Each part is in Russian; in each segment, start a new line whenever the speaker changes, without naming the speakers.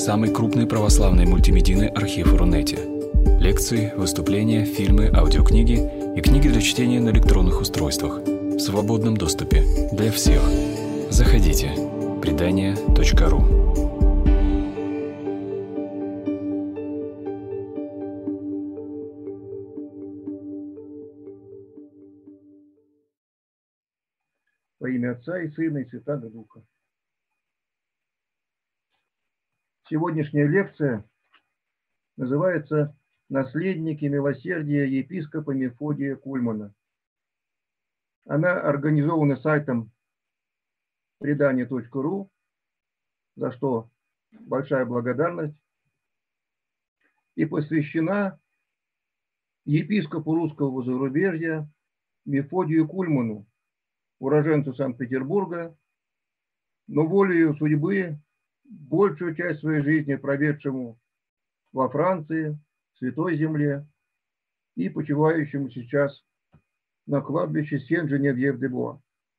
самый крупный православный мультимедийный архив Рунете. Лекции, выступления, фильмы, аудиокниги и книги для чтения на электронных устройствах в свободном доступе для всех. Заходите. Предания.ру.
Во имя Отца и Сына и Святаго Духа. Сегодняшняя лекция называется «Наследники милосердия епископа Мефодия Кульмана». Она организована сайтом предания.ру, за что большая благодарность, и посвящена епископу русского зарубежья Мефодию Кульману, уроженцу Санкт-Петербурга, но волею судьбы большую часть своей жизни проведшему во Франции, в Святой Земле и почивающему сейчас на кладбище Сен-Женевьев-де-Буа.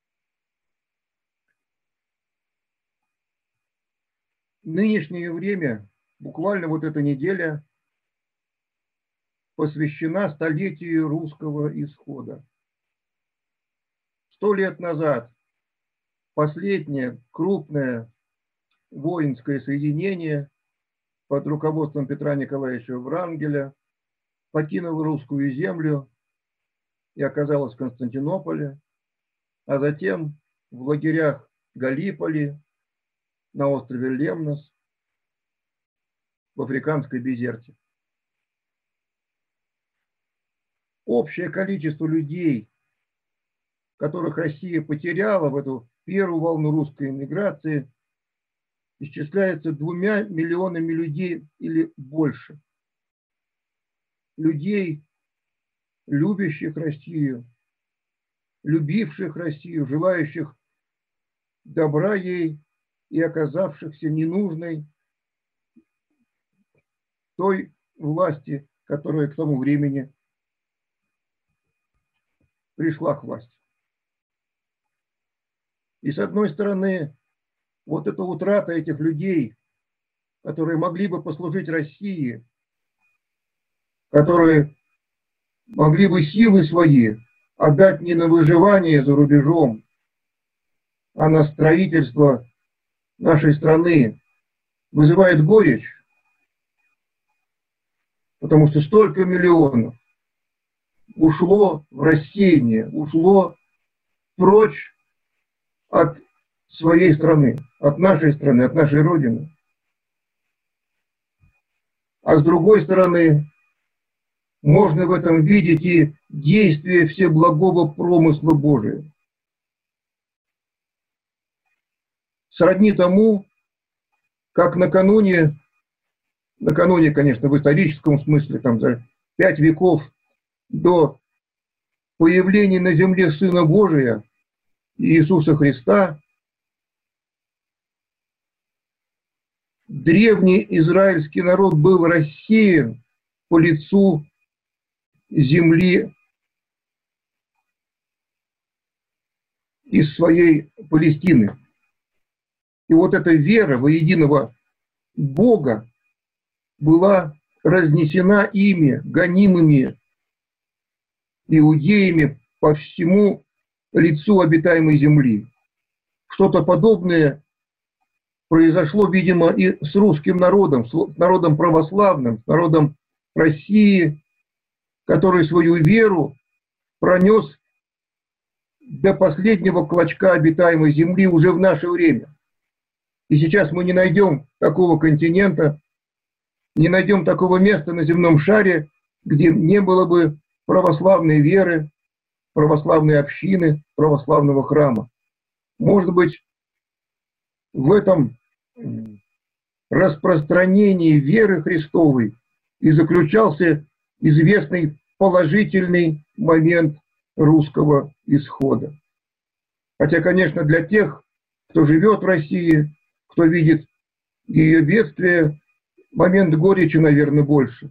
Нынешнее время, буквально вот эта неделя, посвящена столетию русского исхода. 100 лет назад последнее крупное воинское соединение под руководством Петра Николаевича Врангеля покинуло русскую землю и оказалось в Константинополе, а затем в лагерях Галиполи, на острове Лемнос, в Африканской Безерте. Общее количество людей, которых Россия потеряла в эту первую волну русской эмиграции, исчисляется 2 миллионами людей или больше. Людей, любящих Россию, любивших Россию, желающих добра ей и оказавшихся ненужной той власти, которая к тому времени пришла к власти. И с одной стороны, вот эта утрата этих людей, которые могли бы послужить России, которые могли бы силы свои отдать не на выживание за рубежом, а на строительство нашей страны, вызывает горечь, потому что столько миллионов ушло в рассеяние, ушло прочь от своей страны, от нашей Родины. А с другой стороны, можно в этом видеть и действие всеблагого промысла Божия. Сродни тому, как накануне, конечно, в историческом смысле, там за 5 веков до появления на земле Сына Божия, Иисуса Христа, древний израильский народ был рассеян по лицу земли из своей Палестины. И вот эта вера во единого Бога была разнесена ими, гонимыми иудеями, по всему лицу обитаемой земли. Что-то подобное произошло, видимо, и с русским народом, с народом православным, с народом России, который свою веру пронес до последнего клочка обитаемой земли уже в наше время. И сейчас мы не найдем такого континента, не найдем такого места на земном шаре, где не было бы православной веры, православной общины, православного храма. Может быть, в этом распространении веры Христовой и заключался известный положительный момент русского исхода. Хотя, конечно, для тех, кто живет в России, кто видит ее бедствие, момент горечи, наверное, больше.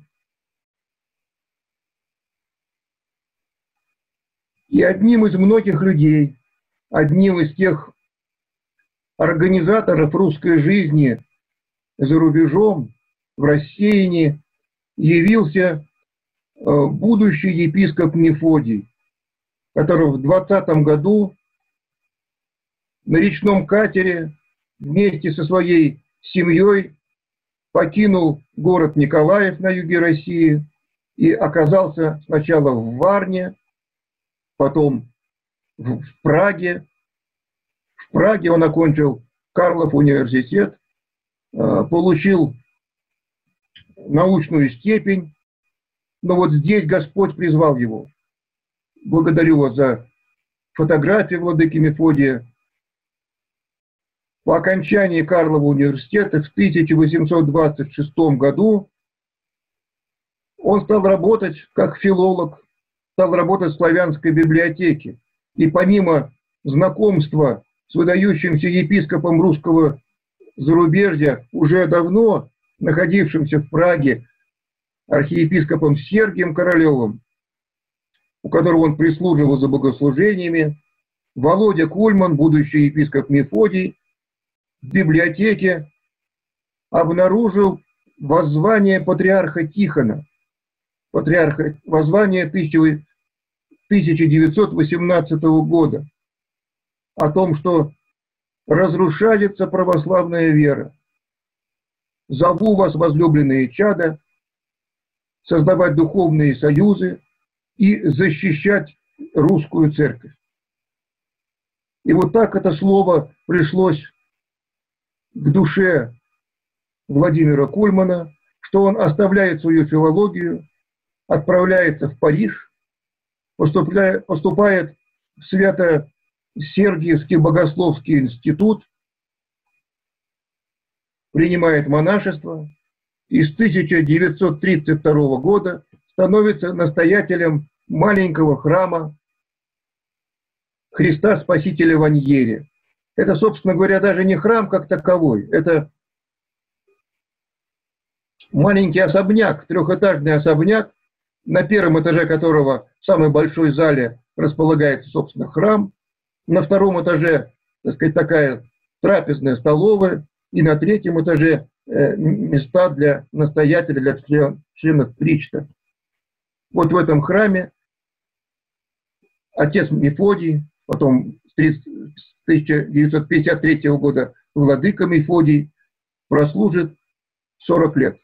И одним из многих людей, одним из тех организаторов русской жизни, за рубежом, в рассеянии, явился будущий епископ Мефодий, который в 20 году на речном катере вместе со своей семьей покинул город Николаев на юге России и оказался сначала в Варне, потом в Праге. В Праге он окончил Карлов университет, получил научную степень, но вот здесь Господь призвал его. Благодарю вас за фотографии владыки Мефодия. По окончании Карлова университета в 1826 году он стал работать как филолог, стал работать в славянской библиотеке. И помимо знакомства с выдающимся епископом русского зарубежья, уже давно находившимся в Праге, архиепископом Сергием Королевым, у которого он прислуживал за богослужениями, Володя Кульман, будущий епископ Мефодий, в библиотеке обнаружил воззвание патриарха Тихона, воззвание 1918 года, о том, что разрушается православная вера. Зову вас, возлюбленные чада, создавать духовные союзы и защищать русскую церковь. И вот так это слово пришлось к душе Владимира Кульмана, что он оставляет свою филологию, отправляется в Париж, поступает в Свято-Сергиевский богословский институт, принимает монашество и с 1932 года становится настоятелем маленького храма Христа Спасителя в Аньере. Это, собственно говоря, даже не храм как таковой, это маленький особняк, трехэтажный особняк, на первом этаже которого в самой большой зале располагается, собственно, храм, на втором этаже, так сказать, такая трапезная столовая, и на третьем этаже места для настоятеля, для членов причта. Вот в этом храме отец Мефодий, потом с 1953 года владыка Мефодий, прослужит 40 лет.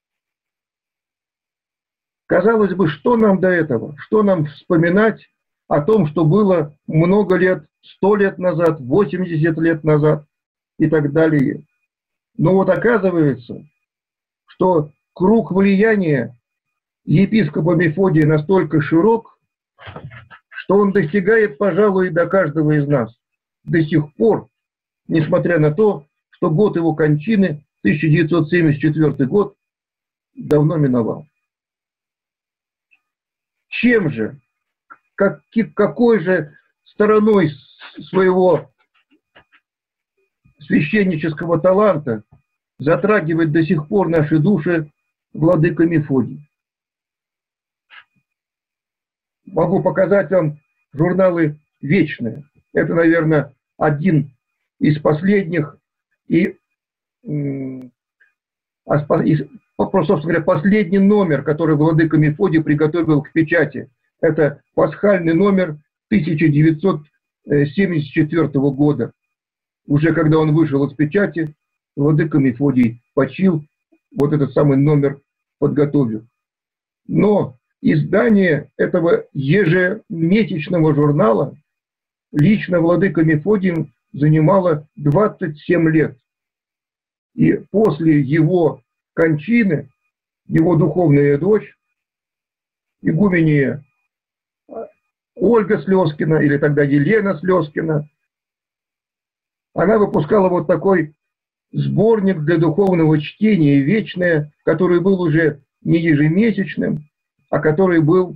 Казалось бы, что нам до этого? Что нам вспоминать о том, что было много лет, 100 лет назад, 80 лет назад и так далее? Но вот оказывается, что круг влияния епископа Мефодия настолько широк, что он достигает, пожалуй, до каждого из нас. До сих пор, несмотря на то, что год его кончины, 1974 год, давно миновал. Чем же, какой же стороной своего священнического таланта затрагивает до сих пор наши души владыка Мефодий? Могу показать вам журналы «Вечные». Это, наверное, один из последних собственно говоря, последний номер, который владыка Мефодий приготовил к печати. Это пасхальный номер 1974 года. Уже когда он вышел из печати, владыка Мефодий почил, вот этот самый номер подготовил. Но издание этого ежемесячного журнала лично владыка Мефодий занимало 27 лет. И после его кончины его духовная дочь, игуменья Ольга Слезкина, или тогда Елена Слезкина, она выпускала вот такой сборник для духовного чтения «Вечное», который был уже не ежемесячным, а который был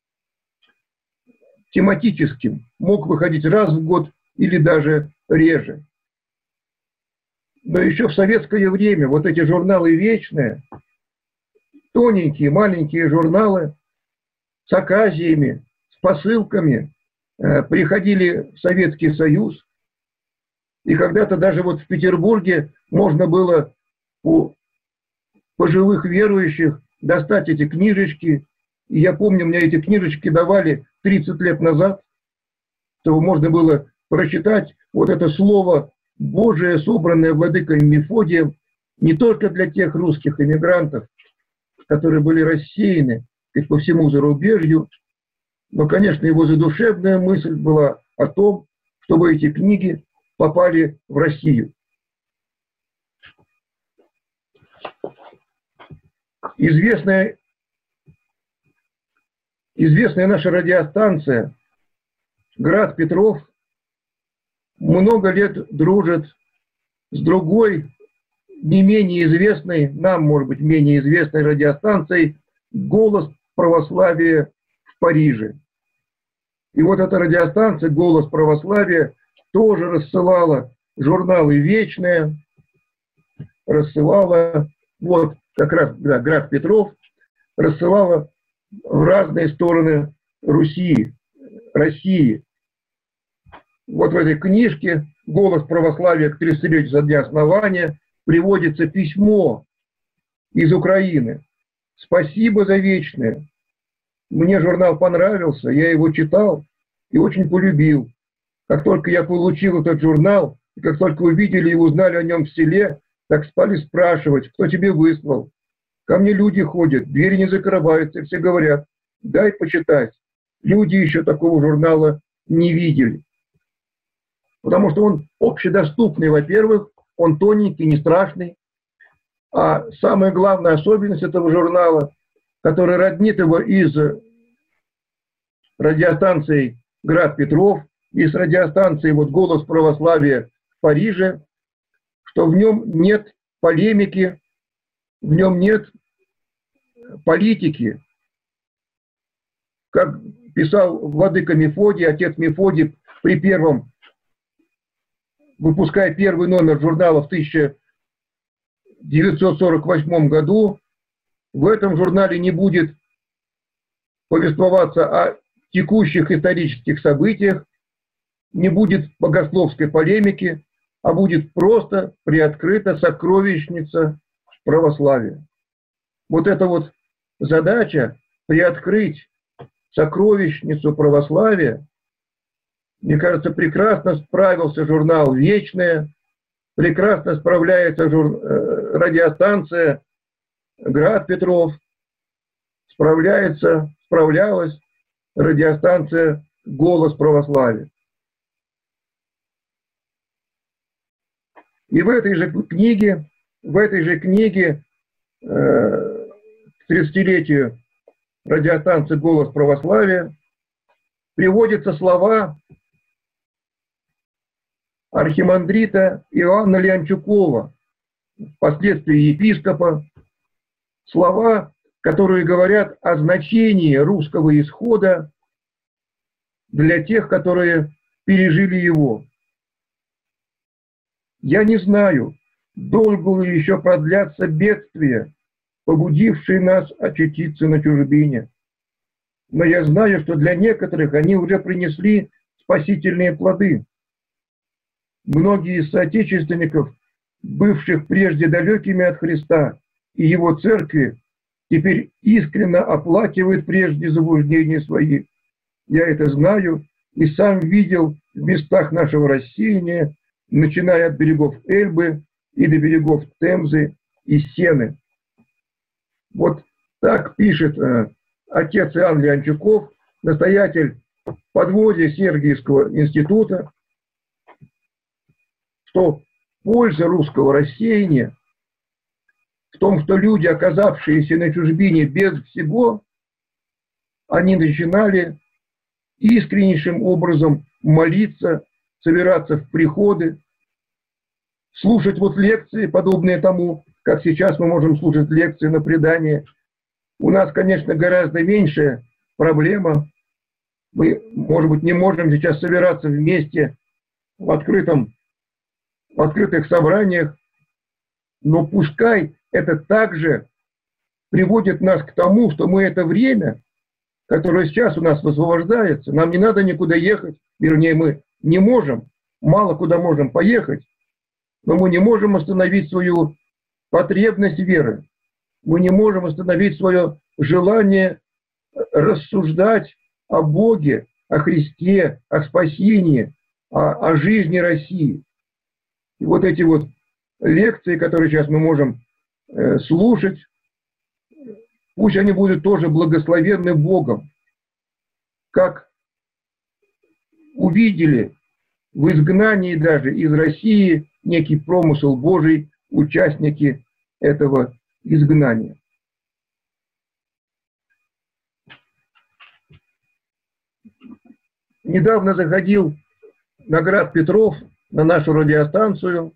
тематическим, мог выходить раз в год или даже реже. Но еще в советское время вот эти журналы «Вечные», тоненькие, маленькие журналы с оказиями, с посылками, приходили в Советский Союз. И когда-то даже вот в Петербурге можно было у пожилых верующих достать эти книжечки. И я помню, мне эти книжечки давали 30 лет назад, чтобы можно было прочитать вот это слово Божие, собранное владыкой Мефодием, не только для тех русских эмигрантов, которые были рассеяны по всему зарубежью, но, конечно, его задушевная мысль была о том, чтобы эти книги попали в Россию. Известная наша радиостанция «Град Петров» много лет дружит с другой, не менее известной, нам, может быть, менее известной радиостанцией «Голос православия» в Париже. И вот эта радиостанция «Голос православия» тоже рассылала журналы «Вечное», рассылала, вот как раз, да, «Град Петров», рассылала в разные стороны России. Вот в этой книжке «Голос православия» к 30-летию со дня основания приводится письмо из Украины. Спасибо за «Вечное». Мне журнал понравился, я его читал и очень полюбил. Как только я получил этот журнал, и как только увидели и узнали о нем в селе, так стали спрашивать, кто тебе выслал. Ко мне люди ходят, двери не закрываются, все говорят, дай почитать. Люди еще такого журнала не видели. Потому что он общедоступный, во-первых, он тоненький, не страшный. А самая главная особенность этого журнала, который роднит его из радиостанции «Град Петров», и с радиостанцией вот «Голос православия» в Париже, что в нем нет полемики, в нем нет политики. Как писал владыка Мефодий, отец Мефодий, выпуская первый номер журнала в 1948 году, в этом журнале не будет повествоваться о текущих исторических событиях, не будет богословской полемики, а будет просто приоткрыта сокровищница православия. Вот эта вот задача приоткрыть сокровищницу православия, мне кажется, прекрасно справился журнал «Вечное», прекрасно справляется радиостанция «Град Петров», справлялась радиостанция «Голос православия». И в этой же книге к 30-летию радиостанции «Голос православия» приводятся слова архимандрита Иоанна Леончукова, впоследствии епископа, слова, которые говорят о значении русского исхода для тех, которые пережили его. Я не знаю, долго ли еще продлятся бедствия, побудившие нас очутиться на чужбине. Но я знаю, что для некоторых они уже принесли спасительные плоды. Многие из соотечественников, бывших прежде далекими от Христа и Его Церкви, теперь искренне оплакивают прежде заблуждения свои. Я это знаю и сам видел в местах нашего рассеяния, начиная от берегов Эльбы и до берегов Темзы и Сены. Вот так пишет отец Иоанн Леончуков, настоятель подводья Сергиевского института, что польза русского рассеяния в том, что люди, оказавшиеся на чужбине без всего, они начинали искреннейшим образом молиться, собираться в приходы, слушать вот лекции, подобные тому, как сейчас мы можем слушать лекции на предание. У нас, конечно, гораздо меньшая проблема. Мы, может быть, не можем сейчас собираться вместе в открытых собраниях, но пускай это также приводит нас к тому, что мы это время, которое сейчас у нас высвобождается, нам не надо никуда ехать, вернее, мы не можем, мало куда можем поехать, но мы не можем остановить свою потребность веры. Мы не можем остановить свое желание рассуждать о Боге, о Христе, о спасении, о жизни России. И вот эти вот лекции, которые сейчас мы можем слушать, пусть они будут тоже благословенны Богом, как увидели в изгнании даже из России некий промысел Божий участники этого изгнания. Недавно заходил на град Петров, на нашу радиостанцию,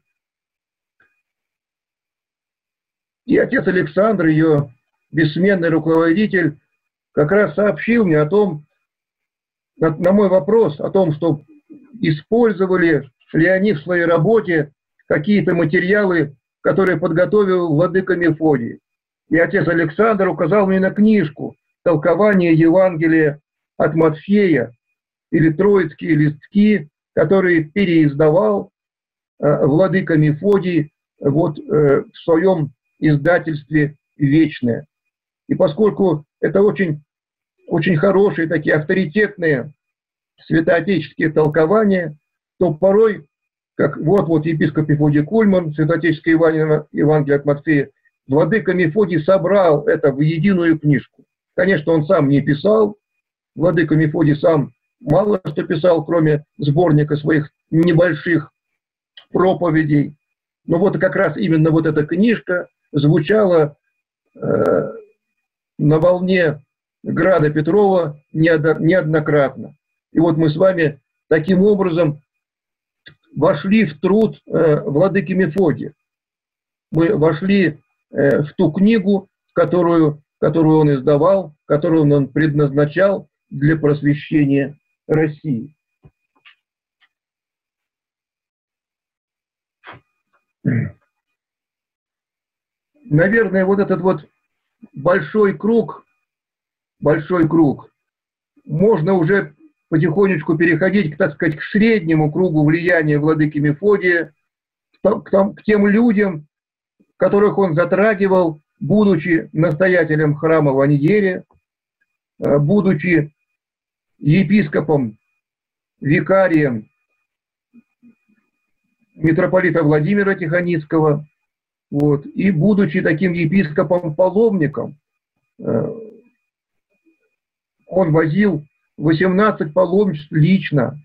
и отец Александр, ее бессменный руководитель, как раз сообщил мне о том, на мой вопрос о том, что использовали ли они в своей работе какие-то материалы, которые подготовил владыка Мефодий. И отец Александр указал мне на книжку «Толкование Евангелия от Матфея» или «Троицкие листки», которые переиздавал владыка Мефодий вот, в своем издательстве «Вечное». И поскольку это очень хорошие, такие авторитетные святоотеческие толкования, то порой, как вот епископ Мефодий Кульман, святоотеческое Евангелие от Матфея, владыка Мефодий собрал это в единую книжку. Конечно, он сам не писал, владыка Мефодий сам мало что писал, кроме сборника своих небольших проповедей. Но вот как раз именно вот эта книжка звучала на волне града Петрова неоднократно. И вот мы с вами таким образом вошли в труд владыки Мефодия. Мы вошли в ту книгу, которую он издавал, которую он предназначал для просвещения России. Наверное, вот этот вот большой круг, можно уже потихонечку переходить, так сказать, к среднему кругу влияния владыки Мефодия, к тем людям, которых он затрагивал, будучи настоятелем храма в Аньере, будучи епископом, викарием митрополита Владимира Тихоницкого, вот, и будучи таким епископом-паломником, он возил 18 паломничеств лично,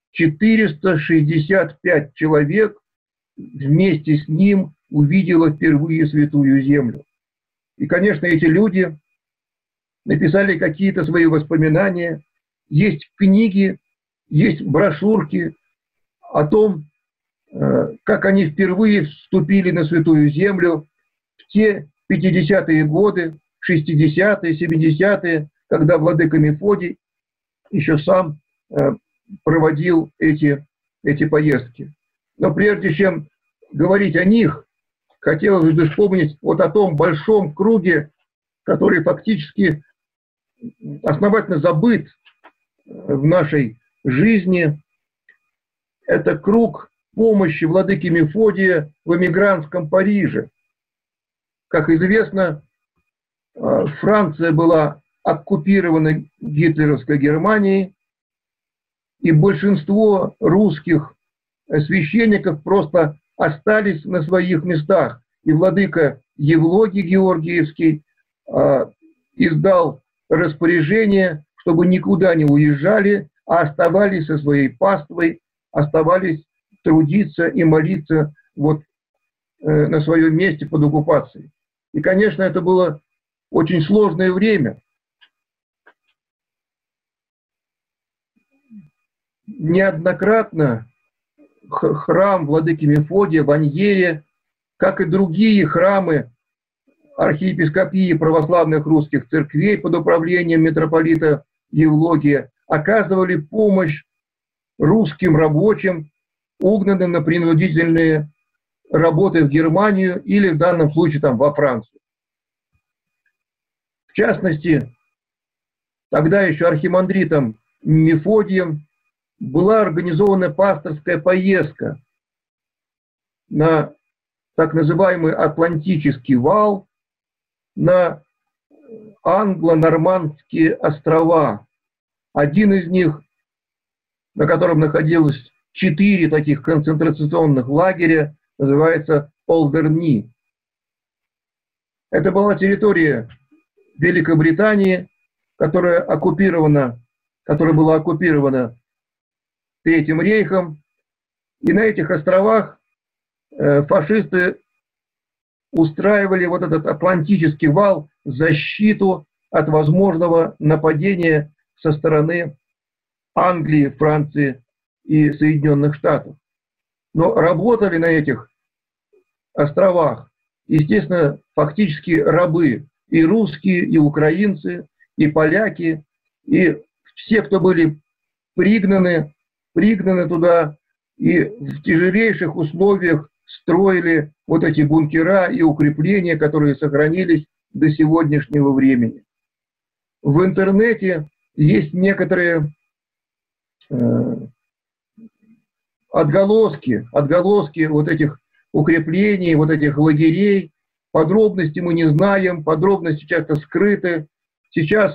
465 человек вместе с ним увидело впервые Святую Землю. И, конечно, эти люди написали какие-то свои воспоминания, есть книги, есть брошюрки о том, как они впервые вступили на Святую Землю в те 50-е годы, 60-е, 70-е, когда владыка Мефодий еще сам проводил эти поездки. Но прежде чем говорить о них, хотелось бы вспомнить вот о том большом круге, который фактически основательно забыт в нашей жизни. Это круг помощи владыки Мефодия в эмигрантском Париже. Как известно, Франция была оккупирована гитлеровской Германией, и большинство русских священников просто остались на своих местах. И владыка Евлогий Георгиевский издал распоряжение, чтобы никуда не уезжали, а оставались со своей паствой, оставались трудиться и молиться вот на своем месте под оккупацией. И, конечно, это было очень сложное время. Неоднократно храм владыки Мефодия в Аньере, как и другие храмы архиепископии православных русских церквей под управлением митрополита Евлогия, оказывали помощь русским рабочим, угнанным на принудительные работы в Германию или в данном случае там во Францию. В частности, тогда еще архимандритом Мефодием была организована пасторская поездка на так называемый Атлантический вал на англо-нормандские острова. Один из них, на котором находилось 4 таких концентрационных лагеря, называется Олдерни. Это была территория Великобритании, которая была оккупирована Третьим рейхом. И на этих островах фашисты устраивали вот этот Атлантический вал в защиту от возможного нападения со стороны Англии, Франции и Соединенных Штатов. Но работали на этих островах, естественно, фактически рабы. И русские, и украинцы, и поляки, и все, кто были пригнаны туда, и в тяжелейших условиях строили вот эти бункера и укрепления, которые сохранились до сегодняшнего времени. В интернете есть некоторые отголоски вот этих укреплений, вот этих лагерей. Подробности мы не знаем, подробности часто скрыты. Сейчас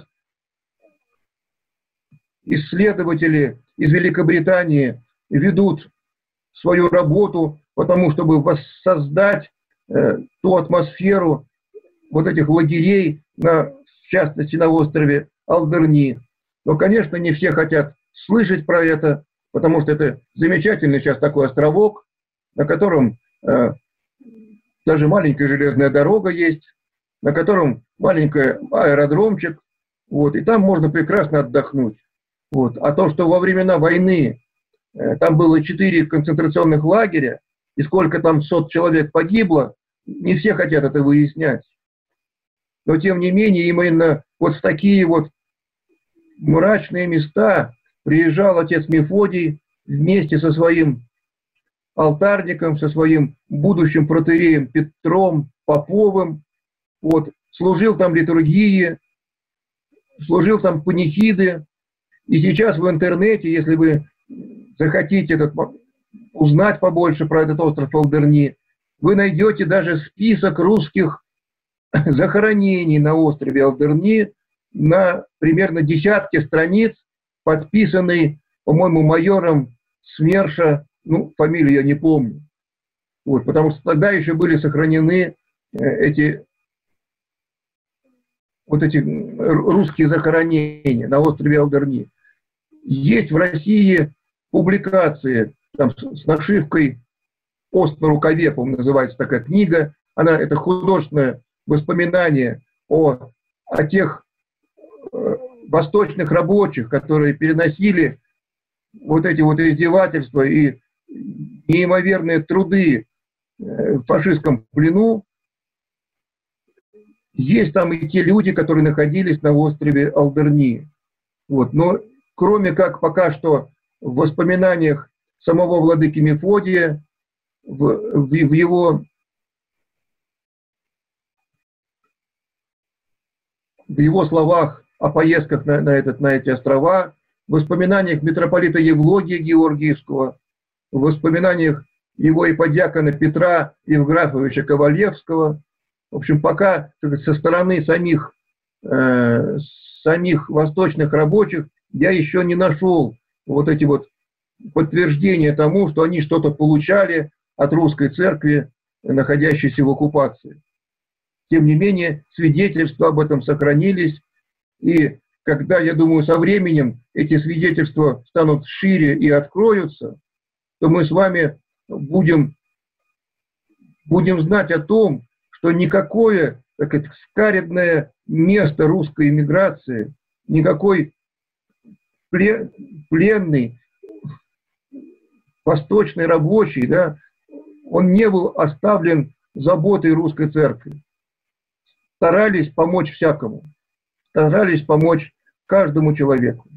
исследователи из Великобритании ведут свою работу потому, чтобы воссоздать ту атмосферу вот этих лагерей, в частности на острове Алдерни. Но, конечно, не все хотят слышать про это, потому что это замечательный сейчас такой островок, на котором даже маленькая железная дорога есть, на котором маленький аэродромчик, вот, и там можно прекрасно отдохнуть. Вот. А то, что во времена войны там было 4 концентрационных лагеря, и сколько там сот человек погибло, не все хотят это выяснять. Но, тем не менее, именно вот в такие вот мрачные места приезжал отец Мефодий вместе со своим алтарником, со своим будущим протоиереем Петром Поповым, вот, служил там литургии, служил там панихиды. И сейчас в интернете, если вы захотите узнать побольше про этот остров Алдерни, вы найдете даже список русских захоронений на острове Алдерни на примерно десятке страниц, подписанный, по-моему, майором СМЕРШа, фамилию я не помню. Вот, потому что тогда еще были сохранены эти русские захоронения на острове Алдерни. Есть в России публикации там, с нашивкой «Ост на рукаве», по-моему, называется такая книга. Это художественное воспоминание о тех восточных рабочих, которые переносили вот эти вот издевательства и неимоверные труды в фашистском плену. Есть там и те люди, которые находились на острове Алдерни. Вот. Но кроме как пока что в воспоминаниях самого владыки Мефодия, в его словах о поездках на эти острова, в воспоминаниях митрополита Евлогия Георгиевского, в воспоминаниях его иподьякона Петра Евграфовича Ковалевского. В общем, пока со стороны самих восточных рабочих я еще не нашел вот эти вот подтверждения тому, что они что-то получали от русской церкви, находящейся в оккупации. Тем не менее, свидетельства об этом сохранились, и когда, я думаю, со временем эти свидетельства станут шире и откроются, то мы с вами будем знать о том, что никакое, так сказать, скаредное место русской эмиграции, никакой пленный восточный рабочий, да, он не был оставлен заботой русской церкви. Старались помочь всякому, старались помочь каждому человеку.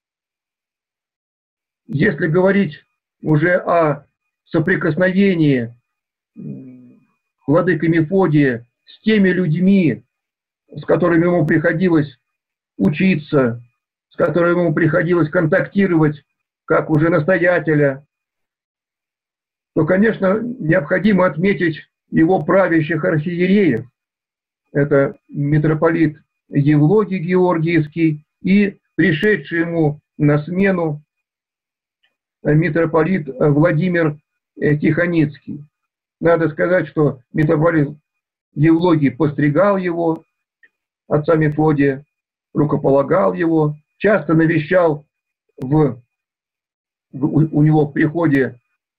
Если говорить уже о соприкосновении владыки Мефодия с теми людьми, с которыми ему приходилось учиться, с которыми ему приходилось контактировать, как уже настоятеля, то, конечно, необходимо отметить его правящих архиереев. Это митрополит Евлогий Георгиевский и пришедший ему на смену митрополит Владимир Тихоницкий. Надо сказать, что митрополит Евлогий постригал его, отца Мефодия, рукополагал его, часто навещал у него в приходе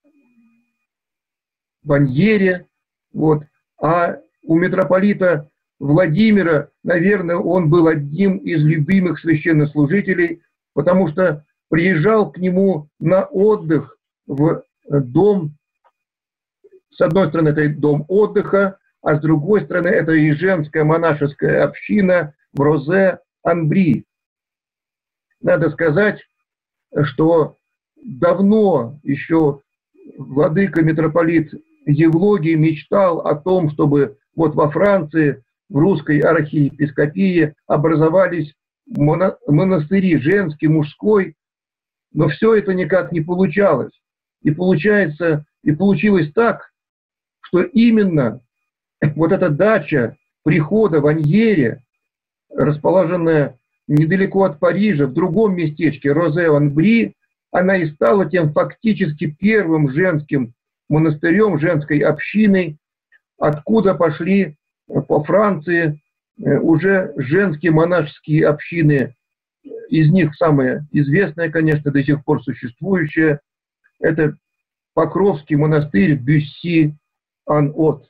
в Аньере. Вот. А у митрополита Владимира, наверное, он был одним из любимых священнослужителей, потому что приезжал к нему на отдых в дом. С одной стороны, это дом отдыха, а с другой стороны, это и женская монашеская община в Розе-Анбри. Надо сказать, что давно еще владыка митрополит Евлогий мечтал о том, чтобы вот во Франции, в русской архиепископии образовались монастыри женский, мужской, но все это никак не получалось. И получилось так, что именно вот эта дача прихода в Аньере, расположенная недалеко от Парижа, в другом местечке, Розе-Анбри, она и стала тем фактически первым женским монастырем, женской общиной, откуда пошли по Франции уже женские монашеские общины. Из них самая известная, конечно, до сих пор существующая, это Покровский монастырь Бюсси-Ан-От.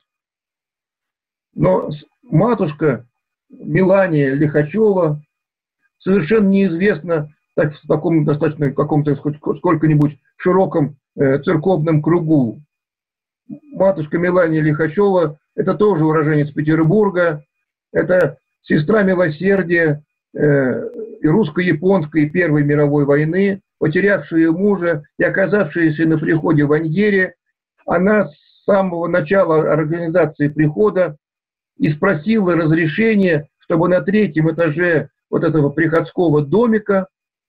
Но матушка Мелания Лихачева совершенно неизвестна в таком достаточно каком-то сколько-нибудь широком церковном кругу. Матушка Мелания Лихачева – это тоже уроженец Петербурга, это сестра милосердия и русско-японской Первой мировой войны, потерявшая мужа и оказавшаяся на приходе в Аньере. Она с самого начала организации прихода и спросила разрешения, чтобы на 3-м этаже вот этого приходского домика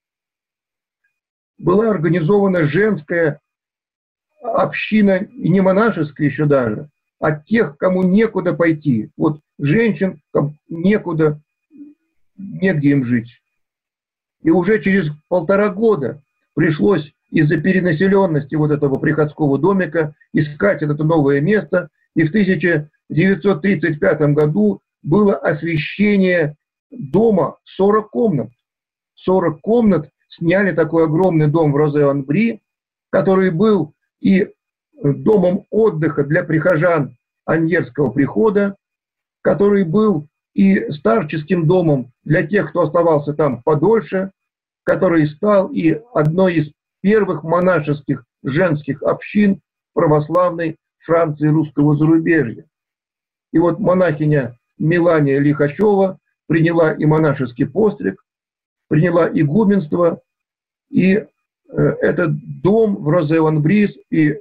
была организована женская община, и не монашеская еще даже, а тех, кому некуда пойти. Вот женщин некуда, негде им жить. И уже через 1,5 года пришлось из-за перенаселенности вот этого приходского домика искать это новое место. И в 1935 году было освящение дома 40 комнат. 40 комнат сняли такой огромный дом в Розе-Анбри, который был и домом отдыха для прихожан Аньерского прихода, который был и старческим домом для тех, кто оставался там подольше, который стал и одной из первых монашеских женских общин православной Франции русского зарубежья. И вот монахиня Мелания Лихачева приняла и монашеский постриг, приняла игуменство, и этот дом в Розе-Анбри и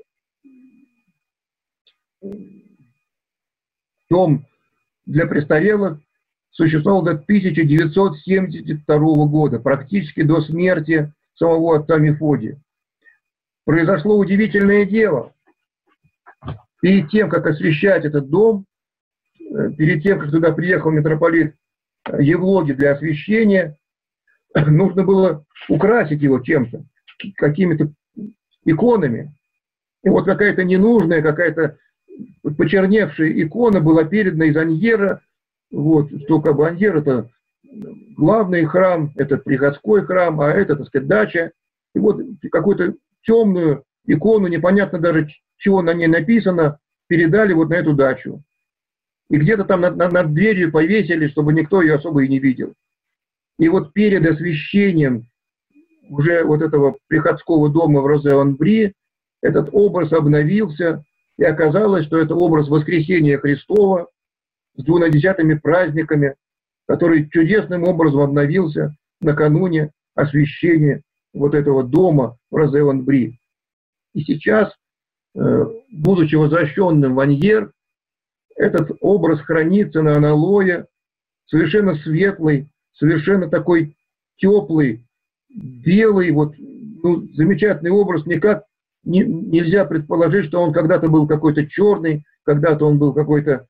дом для престарелых существовал до 1972 года, практически до смерти самого отца Мефодия. Произошло удивительное дело. Перед тем, как освящать этот дом, перед тем, как туда приехал митрополит Евлогий для освящения, нужно было украсить его чем-то, какими-то иконами. И вот какая-то ненужная, какая-то почерневшая икона была передана из Аньера. Вот, что как бы Аньер — это главный храм, это приходской храм, а это, так сказать, дача. И вот какую-то темную икону, непонятно даже, чего на ней написано, передали вот на эту дачу. И где-то там над дверью повесили, чтобы никто ее особо и не видел. И вот перед освящением уже вот этого приходского дома в Розе-Анбри этот образ обновился, и оказалось, что это образ Воскресения Христова с 12 праздниками, который чудесным образом обновился накануне освящения вот этого дома в Розе-Анбри. И сейчас, будучи возвращенным в Аньер, этот образ хранится на аналое, совершенно светлый, совершенно такой теплый, белый, вот, замечательный образ. Никак нельзя предположить, что он когда-то был какой-то черный когда-то он был какой-то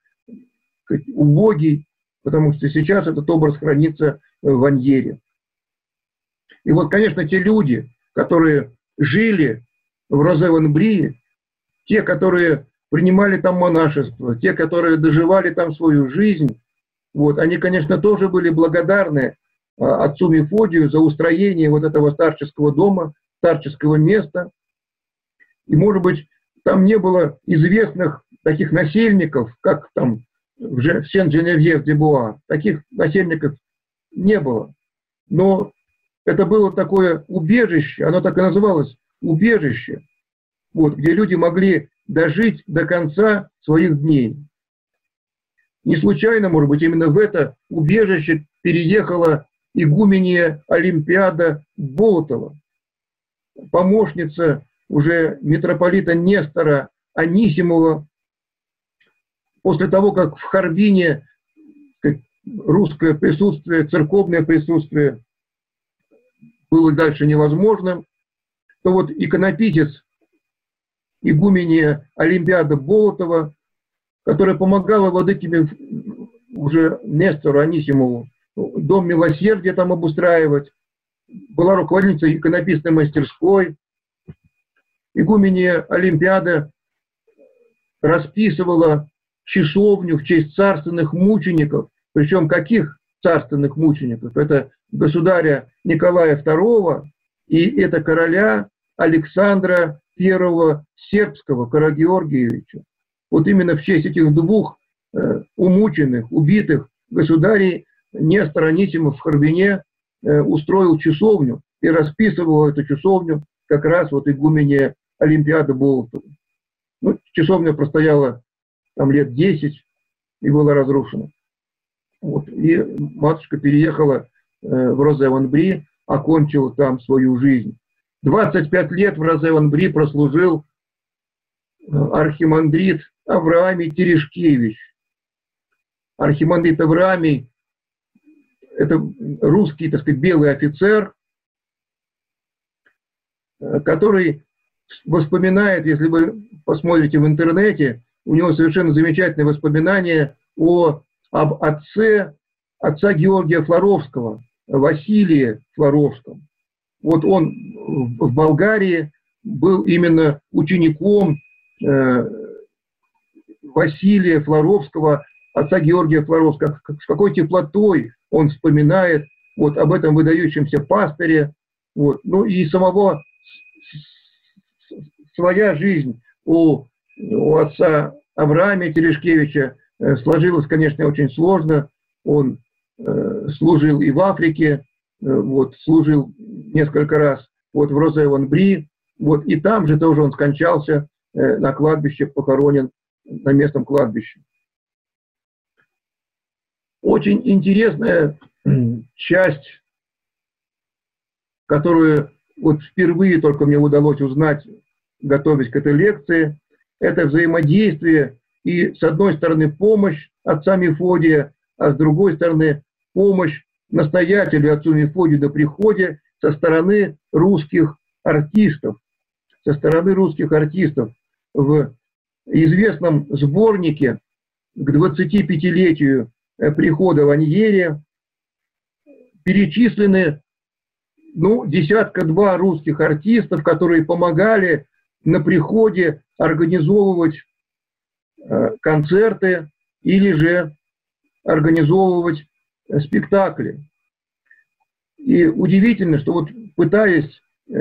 убогий, потому что сейчас этот образ хранится в вольере. И вот, конечно, те люди, которые жили в Розе-Ван-Бри, те, которые принимали там монашество, те, которые доживали там свою жизнь, вот, они, конечно, тоже были благодарны отцу Мефодию за устроение вот этого старческого дома, старческого места. И, может быть, там не было известных таких насельников, как там в Сен-Женевьев-де-Буа. Таких насельников не было. Но это было такое убежище, оно так и называлось, убежище, вот, где люди могли дожить до конца своих дней. Не случайно, может быть, именно в это убежище переехала игумения Олимпиада Болотова, помощница уже митрополита Нестора Анисимова. После того, как в Харбине русское присутствие, церковное присутствие было дальше невозможным, то вот иконописец игумения Олимпиада Болотова, которая помогала владыке уже Нестору Анисимову дом милосердия там обустраивать, была руководительницей иконописной мастерской. Игумения Олимпиада расписывала часовню в честь царственных мучеников, причем каких царственных мучеников? Это государя Николая II и это короля Александра I Сербского, Карагеоргиевича. Вот именно в честь этих двух умученных, убитых государей Нестор Анисимов в Харбине устроил часовню и расписывал эту часовню как раз вот игумения Олимпиада Болотова. Ну, часовня простояла там лет 10 и была разрушена. Вот. И матушка переехала в Розе-Ван-Бри, окончила там свою жизнь. 25 лет в Розе-Ван-Бри прослужил архимандрит Авраамий Терешкевич. Архимандрит Авраамий – это русский, так сказать, белый офицер, который вспоминает, если вы посмотрите в интернете, у него совершенно замечательные воспоминания об отца Георгия Флоровского, Василия Флоровском. Вот он в Болгарии был именно учеником Василия Флоровского, отца Георгия Флоровского. С какой теплотой он вспоминает вот об этом выдающемся пастыре. Вот. Ну и своя жизнь у отца Авраамия Терешкевича сложилась, конечно, очень сложно. Он служил и в Африке, вот, служил несколько раз вот, в Розе-Ван-Бри, вот, и там же тоже он скончался на кладбище, похоронен на местном кладбище. Очень интересная часть, которую вот впервые только мне удалось узнать, готовясь к этой лекции, это взаимодействие и, с одной стороны, помощь отца Мефодия, а с другой стороны, помощь настоятелю отцу Мефодию на приходе со стороны русских артистов. Со стороны русских артистов в известном сборнике к 25-летию прихода Ваньере перечислены, ну, десятка-два русских артистов, которые помогали на приходе организовывать концерты или же организовывать спектакли. И удивительно, что вот пытаясь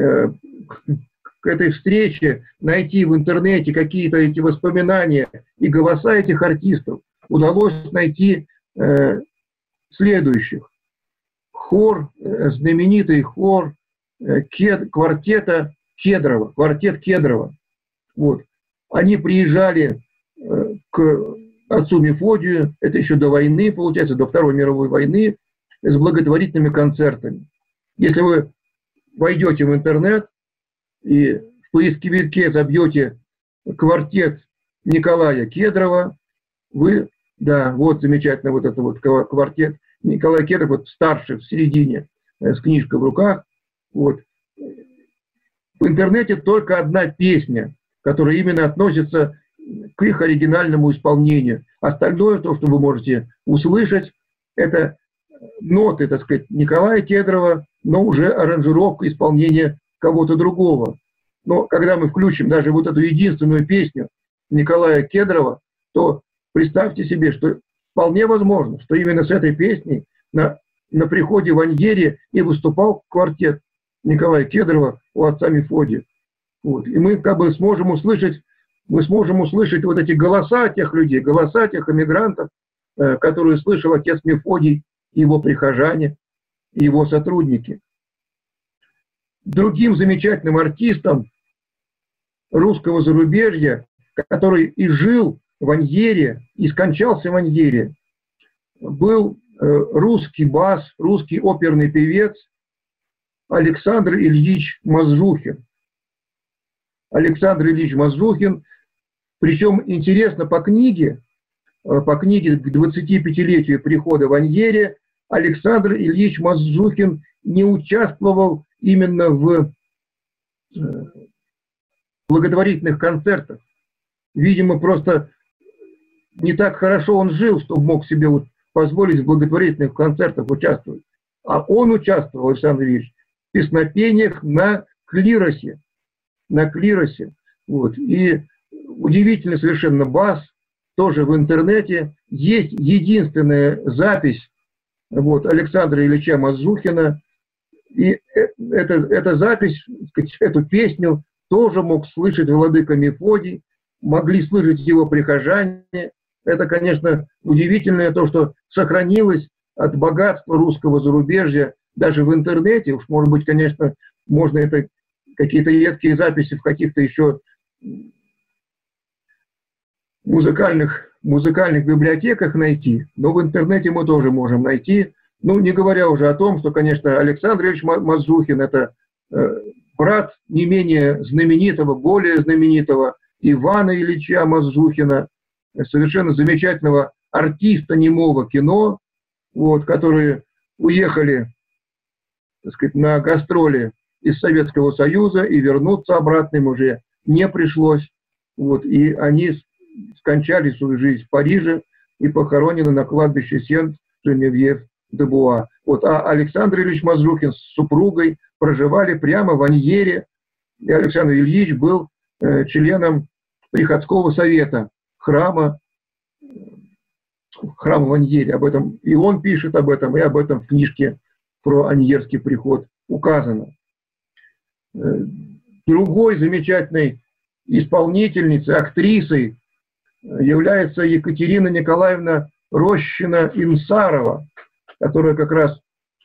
к этой встрече найти в интернете какие-то эти воспоминания и голоса этих артистов, удалось найти следующих. Хор, знаменитый хор квартета Кедрова, квартет Кедрова. Вот. Они приезжали к отцу Мефодию, это еще до войны, получается, до Второй мировой войны, с благотворительными концертами. Если вы войдете в интернет и в поисковике забьете квартет Николая Кедрова, вы, да, вот замечательно вот это вот квартет Николая Кедрова, вот старший, в середине, с книжкой в руках. Вот. В интернете только одна песня, которая именно относится к их оригинальному исполнению. Остальное, то, что вы можете услышать, это ноты, так сказать, Николая Кедрова, но уже аранжировка исполнения кого-то другого. Но когда мы включим даже вот эту единственную песню Николая Кедрова, то представьте себе, что вполне возможно, что именно с этой песней на приходе в Аньере и выступал квартет Николая Кедрова у отца Мефодия. Вот. И мы как бы сможем услышать вот эти голоса тех людей, голоса тех эмигрантов, которые слышал отец Мефодий, его прихожане, и его сотрудники. Другим замечательным артистом русского зарубежья, который и жил в Аньере, и скончался в Аньере, был русский бас, русский оперный певец Александр Ильич Мазжухин. Александр Ильич Мазжухин, причем интересно по книге к 25-летию прихода в Аньере, Александр Ильич Мазжухин не участвовал именно в благотворительных концертах. Видимо, просто не так хорошо он жил, чтобы мог себе вот позволить в благотворительных концертах участвовать. А он участвовал, Александр Ильич, в песнопениях на клиросе. На клиросе. Вот. И удивительный совершенно бас, тоже в интернете. Есть единственная запись вот, Александра Ильича Мазжухина. И эта запись, эту песню тоже мог слышать владыка Мефодий, могли слышать его прихожане. Это, конечно, удивительное то, что сохранилось от богатства русского зарубежья даже в интернете. Уж, может быть, конечно, можно это какие-то редкие записи в каких-то еще музыкальных библиотеках найти, но в интернете мы тоже можем найти. Ну, не говоря уже о том, что, конечно, Александр Ильич Мазжухин – это брат не менее знаменитого, более знаменитого Ивана Ильича Мазжухина, совершенно замечательного артиста немого кино, вот, которые уехали, так сказать, на гастроли из Советского Союза, и вернуться обратно им уже не пришлось. Вот, и они скончали свою жизнь в Париже и похоронены на кладбище Сент-Женевьев-де-Буа. Вот, а Александр Ильич Мазжухин с супругой проживали прямо в Аньере, и Александр Ильич был членом приходского совета храма в Аньере. Об этом и он пишет об этом, и об этом в книжке про Аньерский приход указано. Другой замечательной исполнительницей, актрисой является Екатерина Николаевна Рощина-Инсарова, которая как раз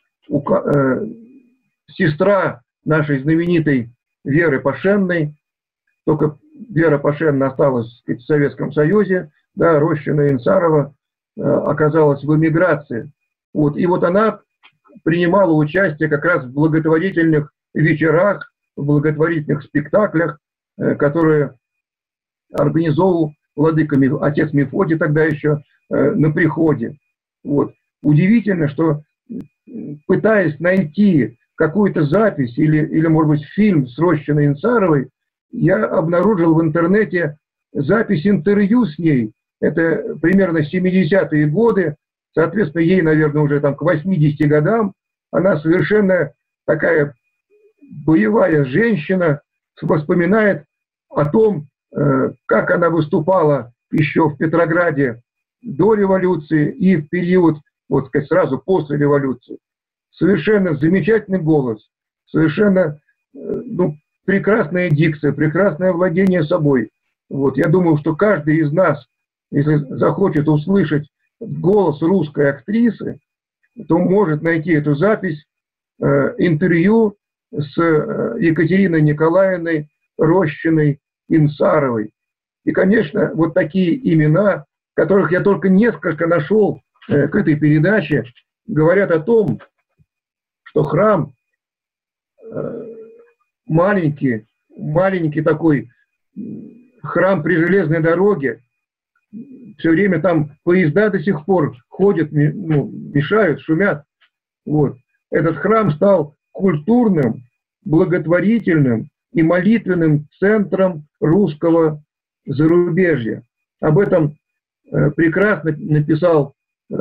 сестра нашей знаменитой Веры Пашенной. Только Вера Пашенна осталась, так сказать, в Советском Союзе, да, Рощина-Инсарова оказалась в эмиграции. Вот, и вот она принимала участие как раз в благотворительных вечерах, в благотворительных спектаклях, которые организовал владыка отец Мефодий тогда еще на приходе. Вот. Удивительно, что пытаясь найти какую-то запись или, может быть, фильм с Рощиной Инсаровой, я обнаружил в интернете запись интервью с ней. Это примерно 70-е годы, соответственно, ей, наверное, уже там к 80 годам. Она совершенно такая боевая женщина, вспоминает о том, как она выступала еще в Петрограде до революции и в период, вот сказать, сразу после революции. Совершенно замечательный голос, совершенно прекрасная дикция, прекрасное владение собой. Вот, я думаю, что каждый из нас, если захочет услышать голос русской актрисы, то может найти эту запись интервью с Екатериной Николаевной Рощиной-Инсаровой. И, конечно, вот такие имена, которых я только несколько нашел к этой передаче, говорят о том, что храм маленький такой храм при железной дороге, все время там поезда до сих пор ходят, мешают, шумят. Вот. Этот храм стал культурным, благотворительным и молитвенным центром русского зарубежья. Об этом прекрасно написал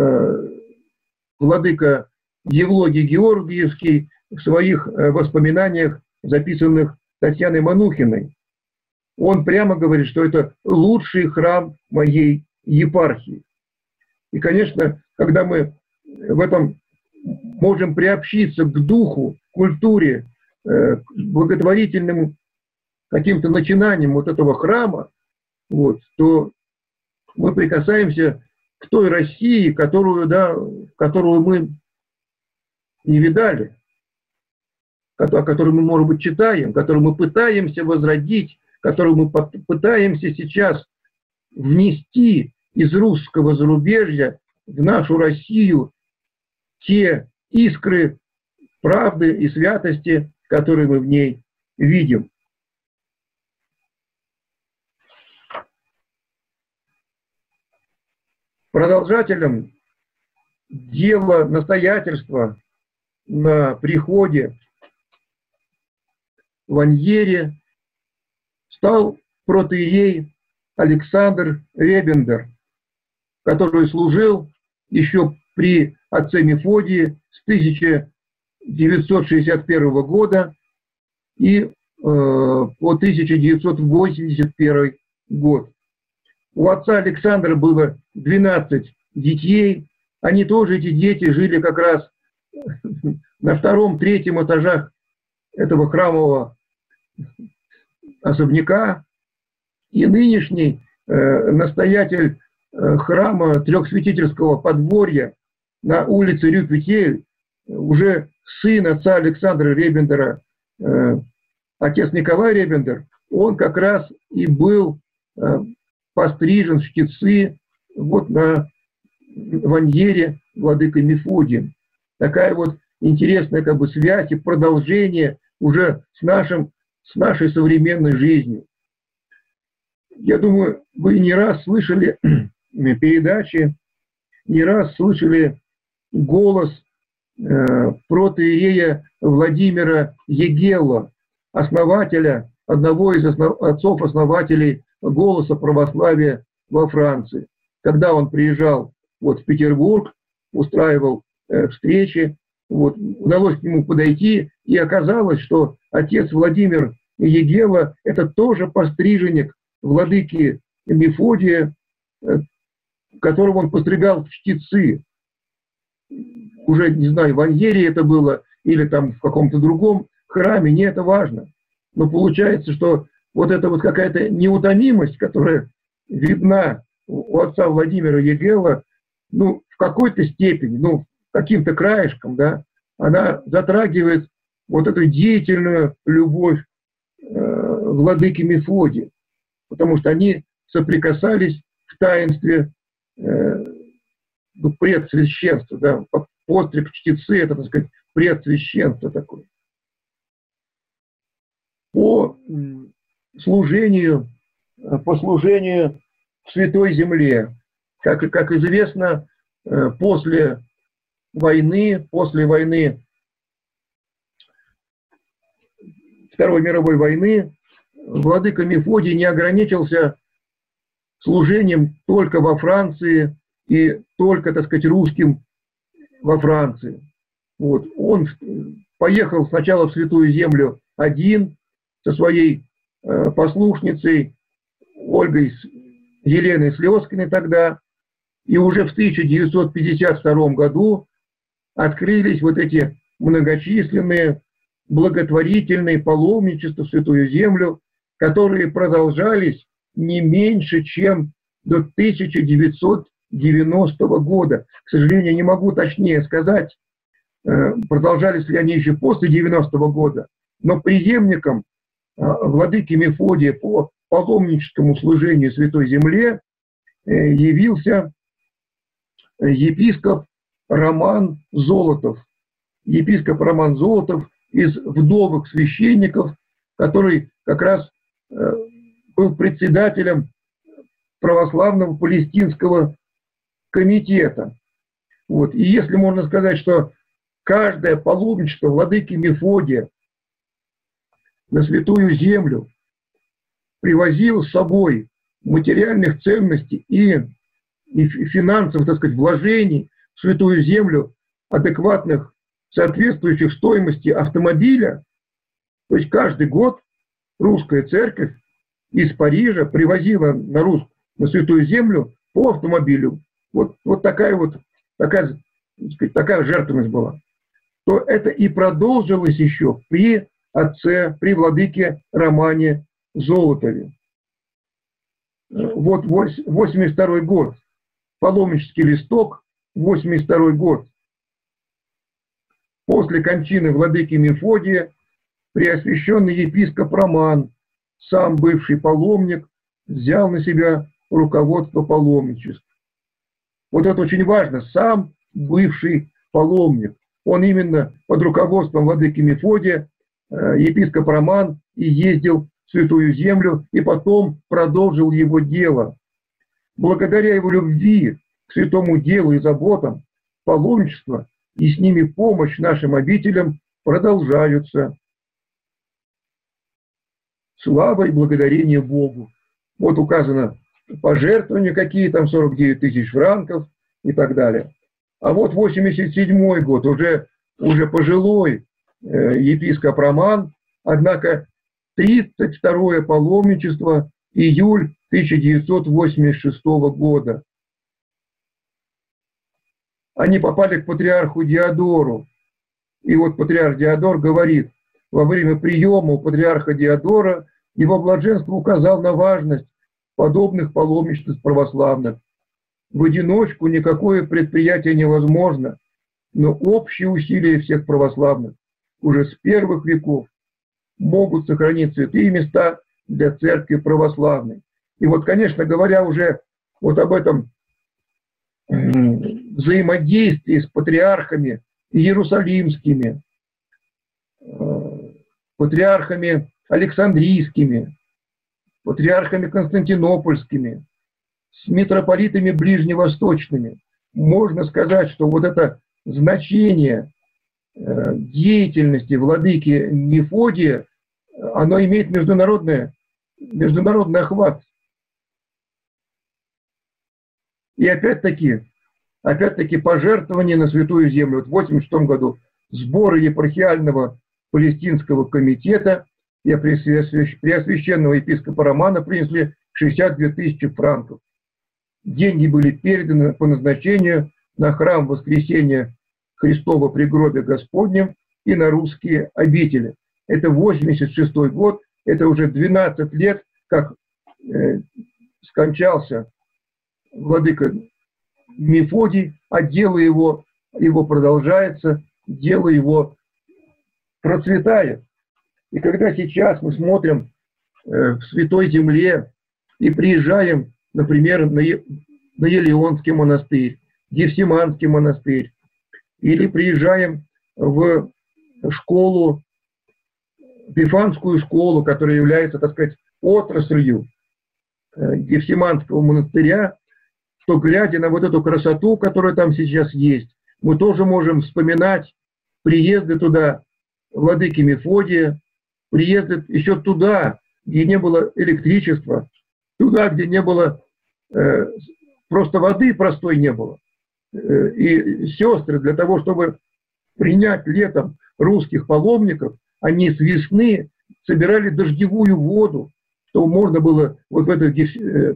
владыка Евлогий Георгиевский в своих воспоминаниях, записанных Татьяной Манухиной. Он прямо говорит, что это лучший храм моей епархии. И, конечно, когда мы в этом можем приобщиться к духу, культуре, к благотворительным каким-то начинаниям вот этого храма, вот, то мы прикасаемся к той России, которую мы не видали, о которой мы, может быть, читаем, которую мы пытаемся возродить, которую мы пытаемся сейчас внести из русского зарубежья в нашу Россию те искры правды и святости, которые мы в ней видим. Продолжателем дела настоятельства на приходе в Аньере стал протоиерей Александр Ребендер, который служил еще при отце Мефодии с 1961 года и по 1981 год. У отца Александра было 12 детей. Они тоже, эти дети, жили как раз на втором-третьем этажах этого храмового особняка. И нынешний настоятель храма Трехсвятительского подворья на улице Рю-Петель, уже сын отца Александра Ребендера, отец Николай Ребендер, он как раз и был пострижен в чтецы вот в Аньере владыкой Мефодием. Такая вот интересная как бы связь и продолжение уже с нашей современной жизнью. Я думаю, вы не раз слышали передачи, не раз слышали голос протоиерея Владимира Егелла, основателя, одного из отцов-основателей голоса православия во Франции. Когда он приезжал вот в Петербург, устраивал встречи, вот, удалось к нему подойти, и оказалось, что отец Владимир Егелла – это тоже постриженник владыки Мефодия, которого он постригал в чтецы. Уже, не знаю, в Аньере это было, или там в каком-то другом храме, не это важно. Но получается, что вот эта вот какая-то неутомимость, которая видна у отца Владимира Егелла, ну, в какой-то степени, ну, каким-то краешком, да, она затрагивает вот эту деятельную любовь владыки Мефодия, потому что они соприкасались в таинстве предсвященства, да, постриг чтецы, это, так сказать, предсвященство такое. По служению в Святой Земле. Как известно, после войны Второй мировой войны, владыка Мефодий не ограничился служением только во Франции и только, так сказать, русским во Франции. Вот. Он поехал сначала в Святую Землю один, со своей послушницей Ольгой Еленой Слезкиной тогда, и уже в 1952 году открылись вот эти многочисленные благотворительные паломничества в Святую Землю, которые продолжались не меньше, чем до 1990 года. К сожалению, не могу точнее сказать, продолжались ли они еще после 90 года, но преемником владыки Мефодия по паломническому служению Святой Земле явился епископ Роман Золотов. Епископ Роман Золотов из вдовых священников, который как раз был председателем православного палестинского комитета. Вот. И если можно сказать, что каждое паломничество владыки Мефодия на Святую Землю привозил с собой материальных ценностей и финансовых, так сказать, вложений в Святую Землю, адекватных, соответствующих стоимости автомобиля. То есть каждый год русская церковь из Парижа привозила на Святую Землю по автомобилю. Вот такая жертвенность была. То это и продолжилось еще при владыке Романе Золотове. Вот 82 год, паломнический листок, 82 год. После кончины владыки Мефодия преосвященный епископ Роман, сам бывший паломник, взял на себя руководство паломничеством. Вот это очень важно, сам бывший паломник. Он именно под руководством владыки Мефодия, епископ Роман, и ездил в Святую Землю, и потом продолжил его дело. Благодаря его любви к святому делу и заботам, паломничество и с ними помощь нашим обителям продолжаются. Слава и благодарение Богу. Вот указано пожертвования, какие там 49 тысяч франков и так далее. А вот 87 год, уже пожилой епископ Роман, однако 32-е паломничество, июль 1986 года. Они попали к патриарху Диодору. И вот патриарх Диодор говорит, во время приема у патриарха Диодора его блаженство указал на важность подобных паломничеств православных. В одиночку никакое предприятие невозможно, но общие усилия всех православных уже с первых веков могут сохранить святые места для церкви православной. И вот, конечно, говоря уже вот об этом взаимодействии с патриархами иерусалимскими, патриархами Александрийскими, патриархами Константинопольскими, с митрополитами ближневосточными, можно сказать, что вот это значение деятельности владыки Мефодия, оно имеет международный охват. И опять-таки пожертвования на Святую Землю. Вот в 1986 году сборы епархиального палестинского комитета и преосвященного епископа Романа принесли 62 тысячи франков. Деньги были переданы по назначению на храм Воскресения Христова при гробе Господнем и на русские обители. Это 86 год, это уже 12 лет, как скончался владыка Мефодий, а дело его продолжается, дело его процветает. И когда сейчас мы смотрим в Святой Земле и приезжаем, например, на Елеонский монастырь, Гефсиманский монастырь, или приезжаем в школу, Вифанскую школу, которая является, так сказать, отраслью Гефсиманского монастыря, то, глядя на вот эту красоту, которая там сейчас есть, мы тоже можем вспоминать приезды туда владыки Мефодия, приезды еще туда, где не было электричества, туда, где не было, просто воды простой не было. И сестры для того, чтобы принять летом русских паломников, они с весны собирали дождевую воду, чтобы можно было вот в этой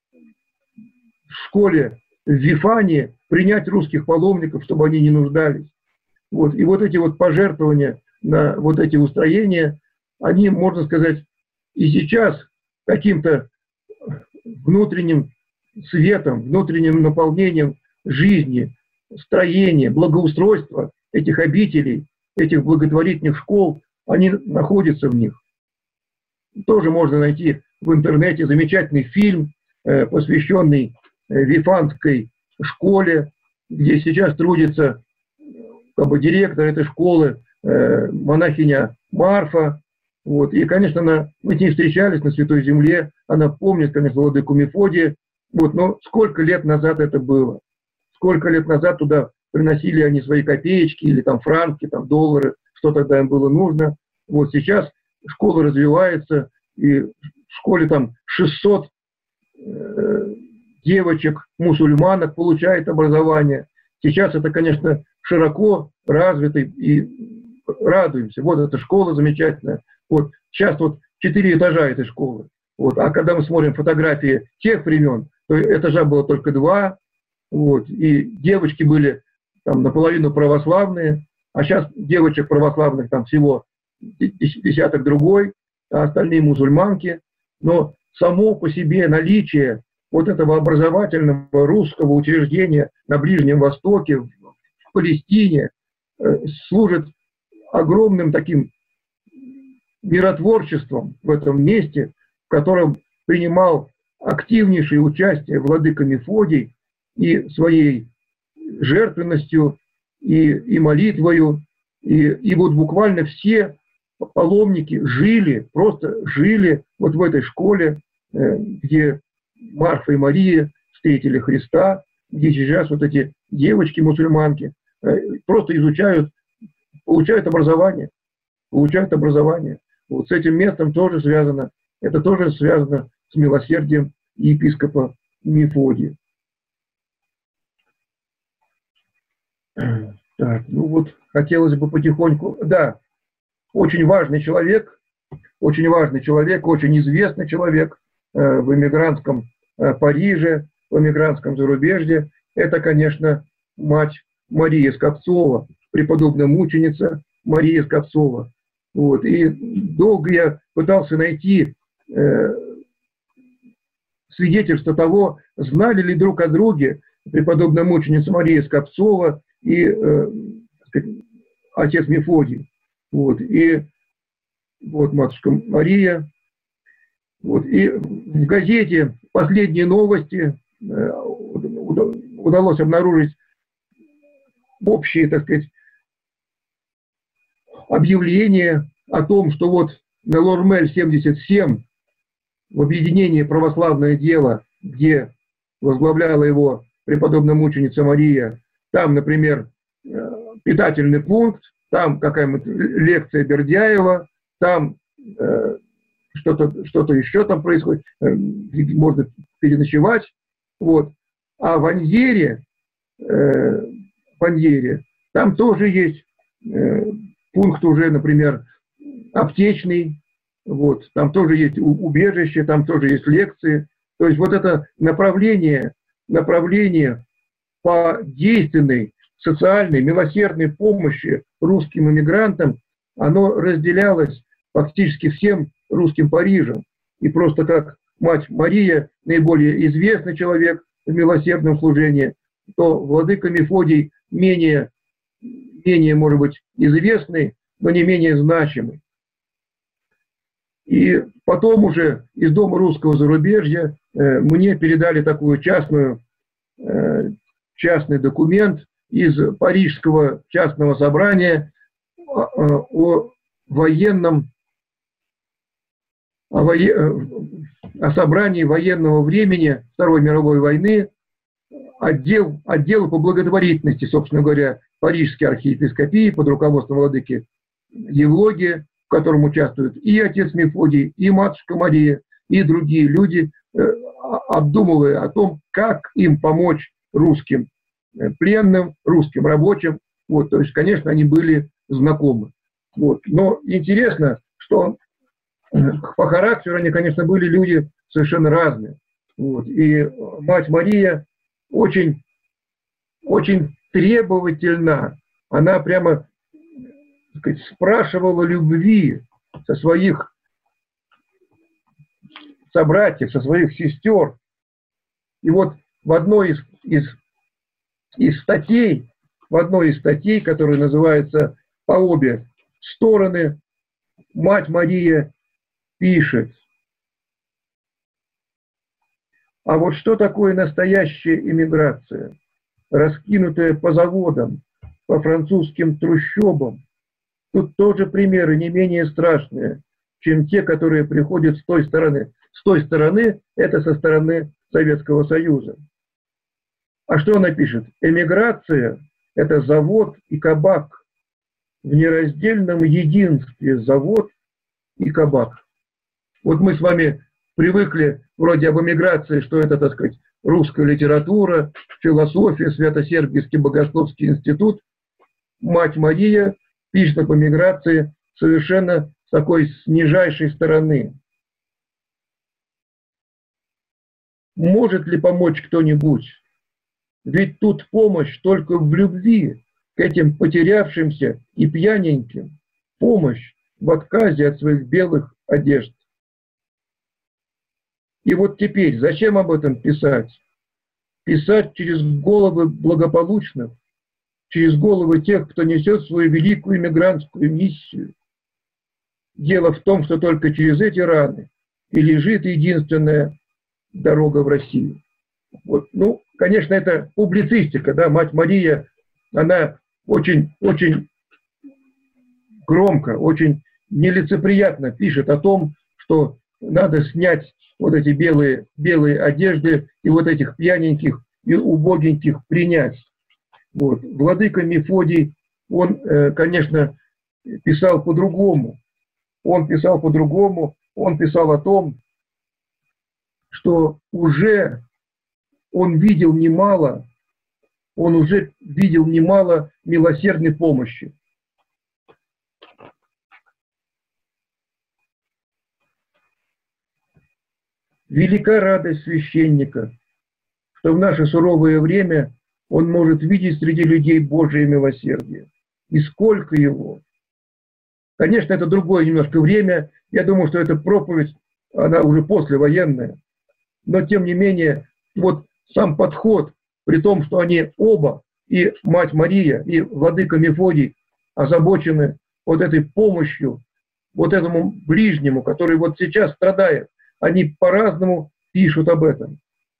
школе в Вифании принять русских паломников, чтобы они не нуждались. Вот. И вот эти вот пожертвования на вот эти устроения, они, можно сказать, и сейчас каким-то внутренним светом, внутренним наполнением жизни, строения, благоустройства этих обителей, этих благотворительных школ, они находятся в них. Тоже можно найти в интернете замечательный фильм, посвященный Вифанской школе, где сейчас трудится как бы директор этой школы, монахиня Марфа. Вот. И, конечно, мы с ней встречались на Святой Земле, она помнит, конечно, владыку Мефодия. Вот. Но сколько лет назад это было? Сколько лет назад туда приносили они свои копеечки или там франки, там доллары, что тогда им было нужно. Вот сейчас школа развивается, и в школе там 600 девочек-мусульманок получает образование. Сейчас это, конечно, широко развито и радуемся. Вот эта школа замечательная. Вот сейчас вот 4 этажа этой школы. Вот. А когда мы смотрим фотографии тех времен, то этажа было только 2. Вот. И девочки были там наполовину православные, а сейчас девочек православных там всего десяток другой, а остальные мусульманки. Но само по себе наличие вот этого образовательного русского учреждения на Ближнем Востоке, в Палестине, служит огромным таким миротворчеством в этом месте, в котором принимал активнейшее участие владыка Мефодий и своей жертвенностью, и молитвою, и вот буквально все паломники просто жили вот в этой школе, где Марфа и Мария встретили Христа, где сейчас вот эти девочки-мусульманки просто изучают, получают образование. Вот с этим местом тоже связано, это тоже связано с милосердием епископа Мефодия. Так, ну вот, хотелось бы потихоньку, да, очень важный человек, очень известный человек в эмигрантском Париже, в эмигрантском зарубежье. Это, конечно, мать Мария Скопцова, преподобная мученица Мария Скопцова. Вот. И долго я пытался найти свидетельство того, знали ли друг о друге преподобная мученица Мария Скопцова и отец Мефодий. Вот. И вот матушка Мария. Вот. И в газете «Последние новости» удалось обнаружить общие, так сказать, объявление о том, что вот на Лормель-77 в объединении «Православное дело», где возглавляла его преподобная мученица Мария, там, например, питательный пункт, там какая-нибудь лекция Бердяева, там что-то еще там происходит, можно переночевать. Вот. А в Аньере, там тоже есть пункт уже, например, аптечный, вот, там тоже есть убежище, там тоже есть лекции. То есть вот это направление по действенной, социальной, милосердной помощи русским иммигрантам, оно разделялось фактически всем русским Парижем. И просто как мать Мария, наиболее известный человек в милосердном служении, то владыка Мефодий менее, может быть, известный, но не менее значимый. И потом уже из Дома русского зарубежья мне передали такой частный документ из Парижского частного собрания о собрании военного времени Второй мировой войны, отдел по благотворительности, собственно говоря, Парижской архиепископии под руководством владыки Евлогия, в котором участвуют и отец Мефодий, и матушка Мария, и другие люди, обдумывая о том, как им помочь русским пленным, русским рабочим. Вот, то есть, конечно, они были знакомы. Вот. Но интересно, что по характеру они, конечно, были люди совершенно разные. Вот. И мать Мария очень, очень требовательна. Она прямо, так сказать, спрашивала любви со своих собратьев, со своих сестер. И вот в одной из статей, которая называется «По обе стороны», мать Мария пишет: а вот что такое настоящая эмиграция, раскинутая по заводам, по французским трущобам? Тут тоже примеры не менее страшные, чем те, которые приходят с той стороны. С той стороны – это со стороны Советского Союза. А что она пишет? Эмиграция – это завод и кабак. В нераздельном единстве завод и кабак. Вот мы с вами привыкли вроде об эмиграции, что это, так сказать, русская литература, философия, Свято-Сергиевский богословский институт. Мать Мария пишет об эмиграции совершенно с такой с нижайшей стороны. Может ли помочь кто-нибудь? Ведь тут помощь только в любви к этим потерявшимся и пьяненьким, помощь в отказе от своих белых одежд. И вот теперь, зачем об этом писать? Писать через головы благополучных, через головы тех, кто несет свою великую иммигрантскую миссию. Дело в том, что только через эти раны и лежит единственная дорога в Россию. Вот. Ну, конечно, это публицистика, да, мать Мария, она очень громко, очень нелицеприятно пишет о том, что надо снять вот эти белые одежды и вот этих пьяненьких и убогеньких принять. Вот. Владыка Мефодий, он, конечно, писал по-другому. Он писал о том, что уже он видел немало милосердной помощи. Велика радость священника, что в наше суровое время он может видеть среди людей Божие милосердие. И сколько его! Конечно, это другое немножко время. Я думаю, что эта проповедь, она уже послевоенная. Но, тем не менее, вот сам подход, при том, что они оба, и Мать Мария, и Владыка Мефодий, озабочены вот этой помощью, вот этому ближнему, который вот сейчас страдает, они по-разному пишут об этом.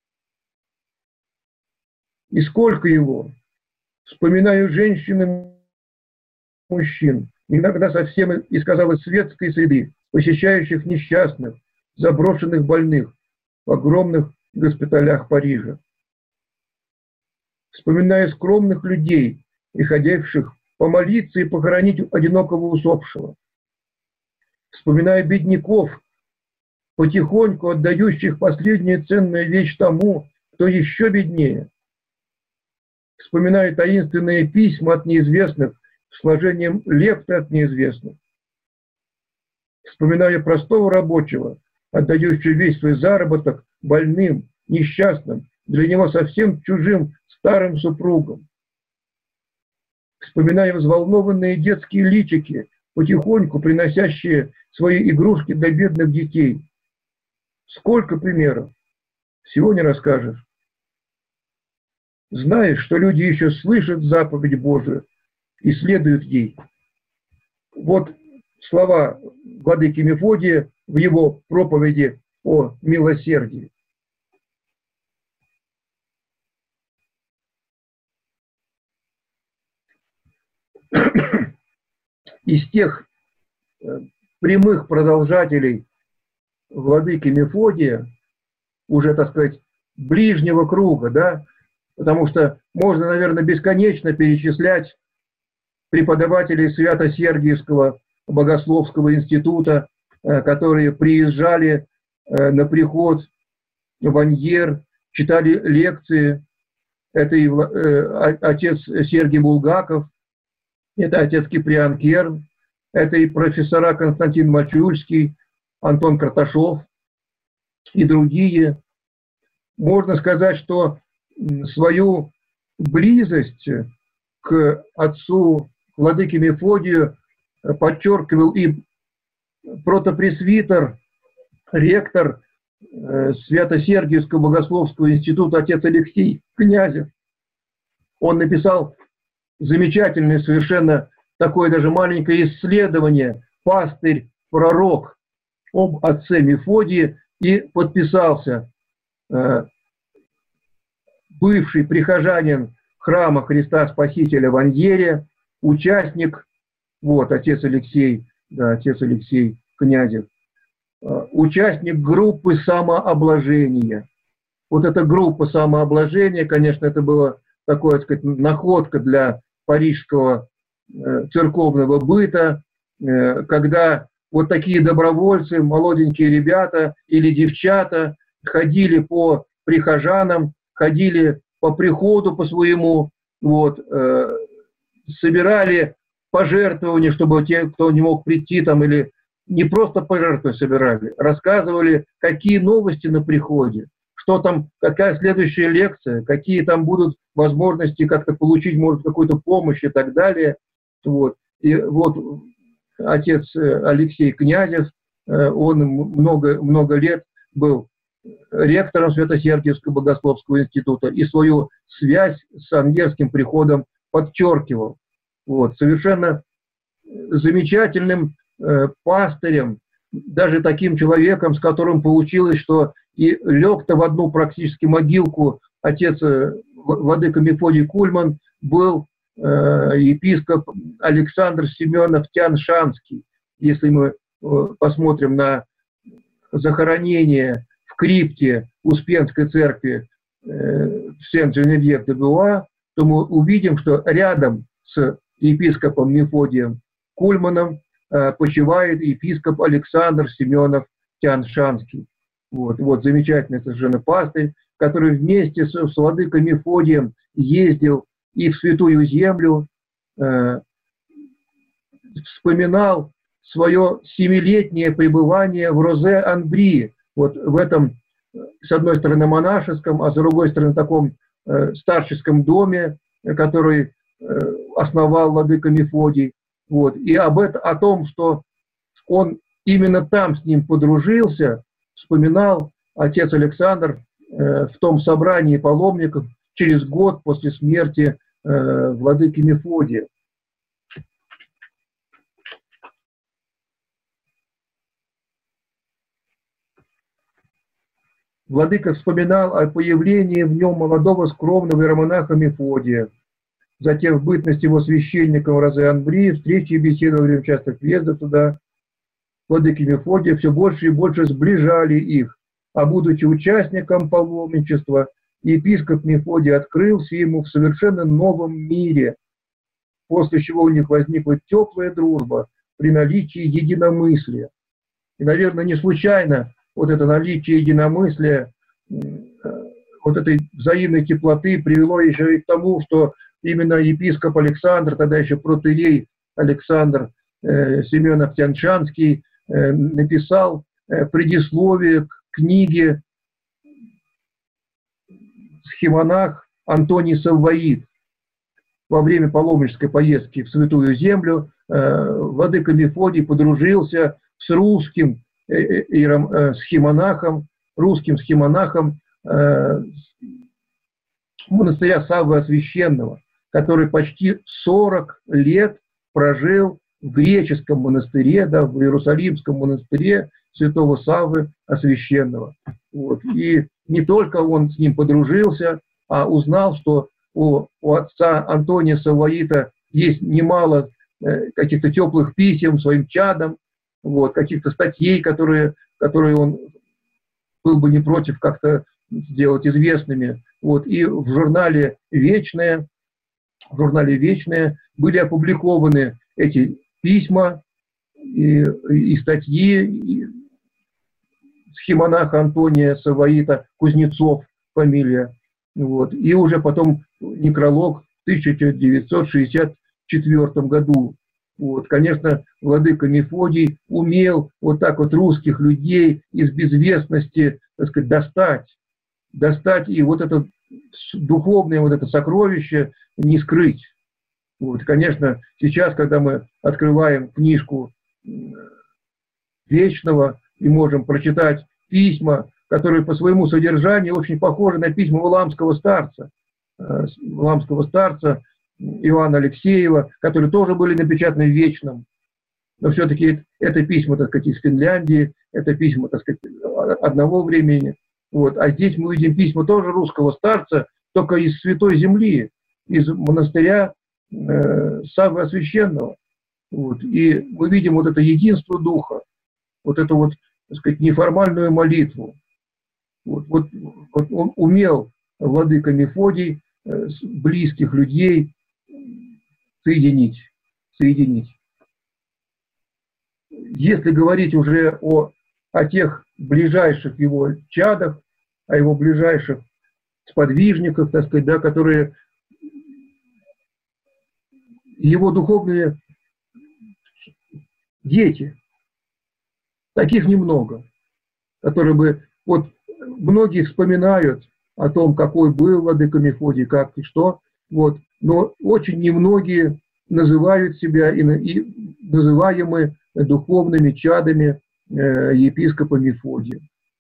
И сколько его! Вспоминаю женщин и мужчин, иногда совсем из, казалось, светской среды, посещающих несчастных, заброшенных больных в огромных госпиталях Парижа. Вспоминая скромных людей, приходивших помолиться и похоронить одинокого усопшего. Вспоминая бедняков, потихоньку отдающих последнюю ценную вещь тому, кто еще беднее. Вспоминая таинственные письма от неизвестных с сложением лепты от неизвестных. Вспоминая простого рабочего, отдающего весь свой заработок больным, несчастным, для него совсем чужим старым супругам. Вспоминая взволнованные детские личики, потихоньку приносящие свои игрушки для бедных детей. Сколько примеров, всего не расскажешь. Знаешь, что люди еще слышат заповедь Божию и следуют ей. Вот слова владыки Мефодия в его проповеди о милосердии. Из тех прямых продолжателей владыки Мефодия, уже, так сказать, ближнего круга, да, потому что можно, наверное, бесконечно перечислять преподавателей Свято-Сергиевского богословского института, которые приезжали на приход в Аньер, читали лекции. Это и отец Сергий Булгаков, это отец Киприан Керн, это и профессора Константин Мачульский, Антон Карташов и другие. Можно сказать, что свою близость к отцу, к владыке Мефодию подчеркивал и протопресвитер, ректор Свято-Сергиевского богословского института отец Алексей Князев. Он написал замечательное совершенно такое даже маленькое исследование «Пастырь-пророк» об отце Мефодии и подписался бывший прихожанин храма Христа Спасителя в Аньере, участник, вот отец Алексей, да, отец Алексей Князев, участник группы самообложения. Вот эта группа самообложения, конечно, это была такая, так сказать, находка для парижского церковного быта, когда вот такие добровольцы, молоденькие ребята или девчата ходили по прихожанам, ходили по приходу по своему, вот, собирали пожертвования, чтобы те, кто не мог прийти там, или не просто пожертвования собирали, рассказывали, какие новости на приходе, что там, какая следующая лекция, какие там будут возможности как-то получить, может, какую-то помощь и так далее. Вот. И вот отец Алексей Князев, он много лет был ректором Свято-Сергиевского богословского института и свою связь с Ангерским приходом подчеркивал. Вот. Совершенно замечательным пастырем, даже таким человеком, с которым получилось, что и лег-то в одну практически могилку отец владыка Мефодий Кульман был епископ Александр Семенов Тянь-Шанский. Если мы посмотрим на захоронение в крипте Успенской церкви в Сен-Женевьев-де-Буа, то мы увидим, что рядом с епископом Мефодием Кульманом почивает епископ Александр Семенов Тянь-Шанский. Вот замечательный совершенно пастырь, который вместе с владыкой Мефодием ездил и в Святую Землю, вспоминал свое 7-летнее пребывание в Розе-Анбри, вот в этом, с одной стороны, монашеском, а с другой стороны, таком старческом доме, который основал владыка Мефодий. Вот. И о том, что он именно там с ним подружился, вспоминал отец Александр в том собрании паломников через год после смерти владыки Мефодия. Владыка вспоминал о появлении в нем молодого скромного иеромонаха Мефодия. Затем в бытность его священником в Розе-Анбри, встречи и беседы во время частых въездов туда, владыки Мефодия все больше и больше сближали их, а будучи участником паломничества, епископ Мефодий открылся ему в совершенно новом мире, после чего у них возникла теплая дружба при наличии единомыслия. И, наверное, не случайно вот это наличие единомыслия, вот этой взаимной теплоты привело еще и к тому, что именно епископ Александр, тогда еще протоиерей Александр Семенов Тянь-Шанский, написал предисловие к книге «Схимонах» Антоний Саввоид. Во время паломнической поездки в Святую Землю владыка Мефодий подружился с русским схимонахом монастыря Саввы Освященного, который почти 40 лет прожил в греческом монастыре, да, в Иерусалимском монастыре святого Саввы Освященного. Вот. И не только он с ним подружился, а узнал, что у отца Антония Саввоита есть немало каких-то теплых писем своим чадам, вот, каких-то статей, которые он был бы не против как-то сделать известными. Вот. И в журнале «Вечное» были опубликованы эти письма и статьи и схимонаха Антония Саввоита, Кузнецов фамилия. Вот. И уже потом некролог в 1964 году. Вот. Конечно, владыка Мефодий умел вот так вот русских людей из безвестности, так сказать, достать и вот это духовное вот это сокровище не скрыть. Вот. Конечно, сейчас, когда мы открываем книжку Вечного и можем прочитать письма, которые по своему содержанию очень похожи на письма валаамского старца Иоанна Алексеева, которые тоже были напечатаны в Вечном. Но все-таки это письма, так сказать, из Финляндии, это письма, так сказать, одного времени. Вот. А здесь мы видим письма тоже русского старца, только из Святой Земли, из монастыря Саввы Освященного. Вот. И мы видим вот это единство духа, вот эту вот, так сказать, неформальную молитву. Вот он умел, владыка Мефодий, близких людей соединить. Если говорить уже о тех ближайших его чадах, о его ближайших сподвижниках, так сказать, да, которые его духовные дети. Таких немного, которые бы, вот многие вспоминают о том, какой был владыка Мефодий, как и что, вот, но очень немногие называют себя и называемы духовными чадами епископа Мефодия.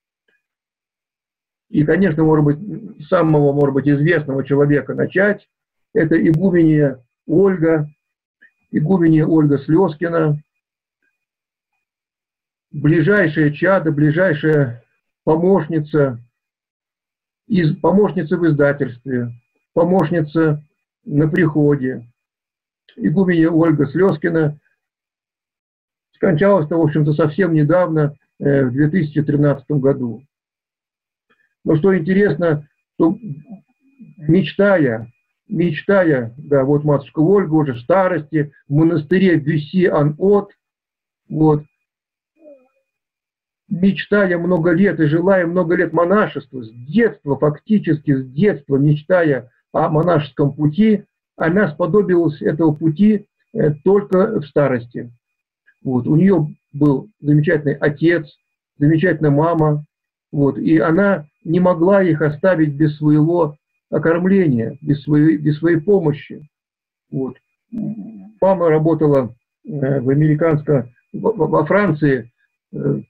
И, конечно, может быть, самого, может быть, известного человека начать, это игуменья Ольга Слезкина, ближайшая чадо, ближайшая помощница в издательстве, помощница на приходе. Игуменья Ольга Слезкина скончалась-то, в общем-то, совсем недавно, в 2013 году. Но что интересно, что мечтая, да, вот матушка Ольга уже в старости, в монастыре Бюсси-ан-От, вот, мечтая много лет и желая много лет монашества, с детства, фактически с детства, мечтая о монашеском пути, она сподобилась этого пути только в старости. Вот. У нее был замечательный отец, замечательная мама, вот, и она не могла их оставить без своего окормления, без своей помощи. Вот. Мама работала во Франции в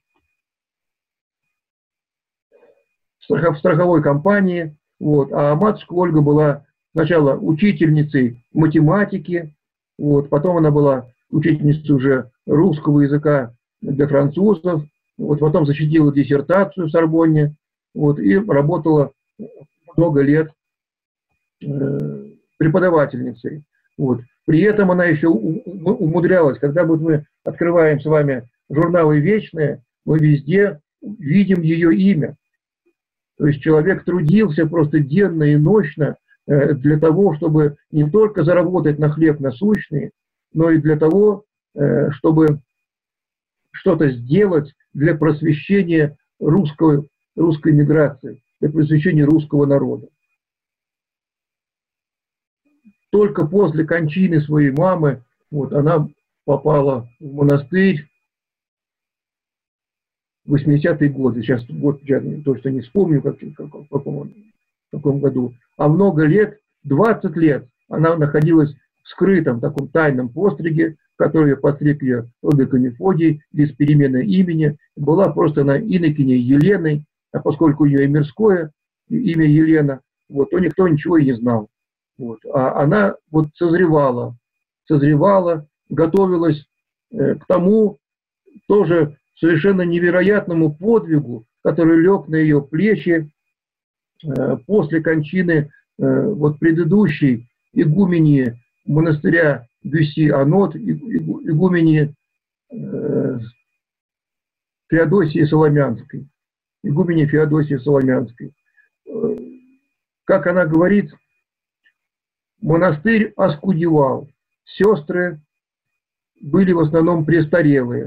страховой компании, вот, а матушка Ольга была сначала учительницей математики, вот, потом она была учительницей уже русского языка для французов, вот, потом защитила диссертацию в Сорбонне, вот, и работала много лет преподавательницей. Вот. При этом она еще умудрялась, когда вот мы открываем с вами журналы «Вечные», мы везде видим ее имя. То есть человек трудился просто денно и ночно для того, чтобы не только заработать на хлеб насущный, но и для того, чтобы что-то сделать для просвещения русской миграции, для просвещения русского народа. Только после кончины своей мамы вот, она попала в монастырь в 80-е годы. Сейчас год я точно не вспомню, в каком году. А много лет, 20 лет, она находилась в скрытом таком тайном постриге, который постриг ее владыка Мефодий, без перемены имени. Была просто она инокиней Еленой, а поскольку у нее и мирское имя Елена, вот, то никто ничего и не знал. Вот. А она вот созревала, готовилась к тому тоже совершенно невероятному подвигу, который лег на ее плечи после кончины вот предыдущей игумени монастыря Бюсси-ан-От, игумени Феодосии Соломянской. Игумени Феодосии Соломянской. Как она говорит, монастырь оскудевал. Сестры были в основном престарелые.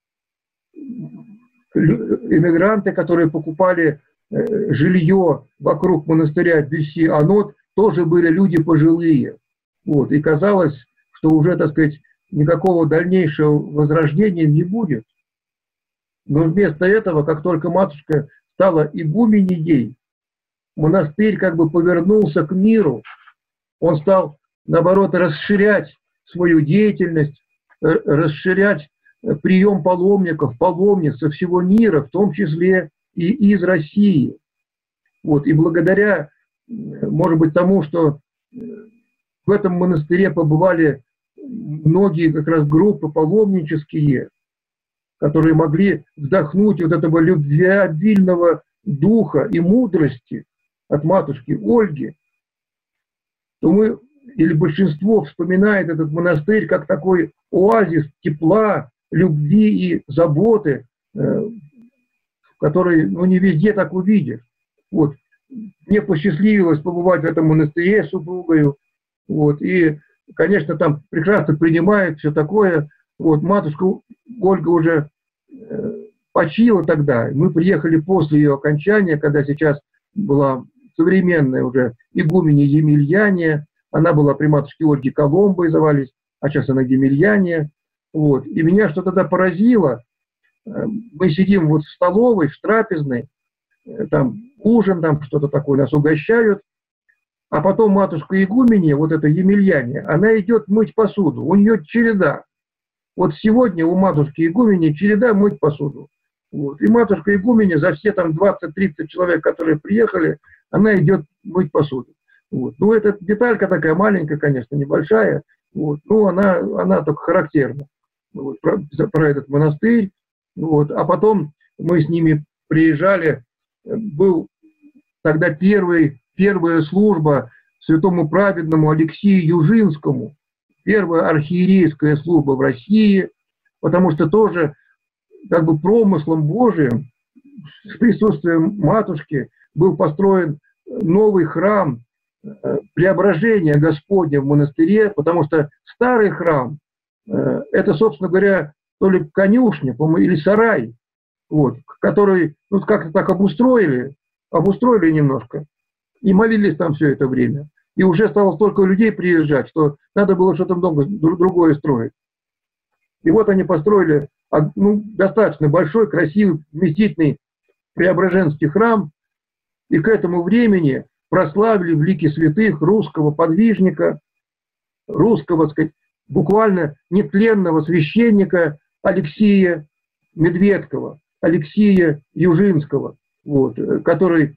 Эмигранты, которые покупали жилье вокруг монастыря Бюсси-ан-От, тоже были люди пожилые. Вот. И казалось, что уже, так сказать, никакого дальнейшего возрождения не будет. Но вместо этого, как только матушка стала игуменей, монастырь как бы повернулся к миру. Он стал, наоборот, расширять свою деятельность, расширять прием паломников, паломниц со всего мира, в том числе и из России. Вот. И благодаря, может быть, тому, что в этом монастыре побывали многие как раз группы паломнические, которые могли вдохнуть вот этого любвеобильного духа и мудрости от матушки Ольги, то мы, или большинство, вспоминает этот монастырь как такой оазис тепла, любви и заботы, который, ну, не везде так увидишь. Вот. Мне посчастливилось побывать в этом монастыре с супругой, вот, и, конечно, там прекрасно принимают все такое. Вот, матушка Ольга уже почила тогда. Мы приехали после ее окончания, когда сейчас была современная уже игуменя Емельяния, она была при матушке Ольге Коломбой, звались, а сейчас она Емельяния. Вот. И меня что тогда поразило, мы сидим вот в столовой, в трапезной, там ужин, там что-то такое, нас угощают, а потом матушка игуменя, вот эта Емельяния, она идет мыть посуду, у нее череда. Вот сегодня у матушки игумени череда мыть посуду. Вот. И матушка игуменя за все там 20-30 человек, которые приехали, она идет мыть посуду. Вот. Ну, это деталька такая маленькая, конечно, небольшая, вот. Ну, она только характерна. Вот. Про этот монастырь. Вот. А потом мы с ними приезжали, был тогда первая служба святому праведному Алексею Южинскому, первая архиерейская служба в России, потому что тоже как бы промыслом Божиим с присутствием матушки был построен новый храм преображения Господня в монастыре, потому что старый храм это, собственно говоря, то ли конюшня, по-моему, или сарай, вот, который ну, как-то так обустроили немножко и молились там все это время. И уже стало столько людей приезжать, что надо было что-то много другое строить. И вот они построили ну, достаточно большой, красивый, вместительный Преображенский храм, и к этому времени прославили в лике святых русского подвижника, русского, сказать, буквально нетленного священника Алексея Медведкова, Алексея Южинского, вот, который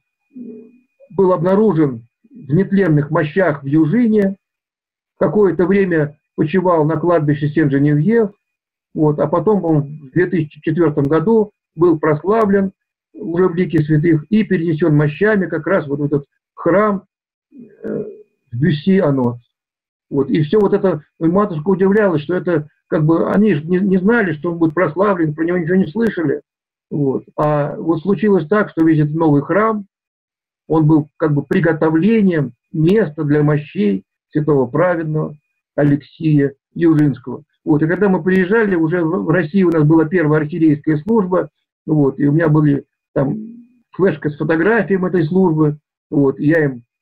был обнаружен в нетленных мощах в Южине, какое-то время почивал на кладбище Сен-Женевьев, вот, а потом он в 2004 году был прославлен уже в лике святых и перенесен мощами как раз вот в этот храм в Бюсси-Анос. Вот, и все вот это, матушка удивлялась, что это как бы, они же не знали, что он будет прославлен, про него ничего не слышали. Вот. А вот случилось так, что весь этот новый храм, он был как бы приготовлением места для мощей святого праведного Алексея Южинского. Вот. И когда мы приезжали, уже в России у нас была первая архиерейская служба, вот, и у меня были там флешка с фотографией этой службы, вот, и я им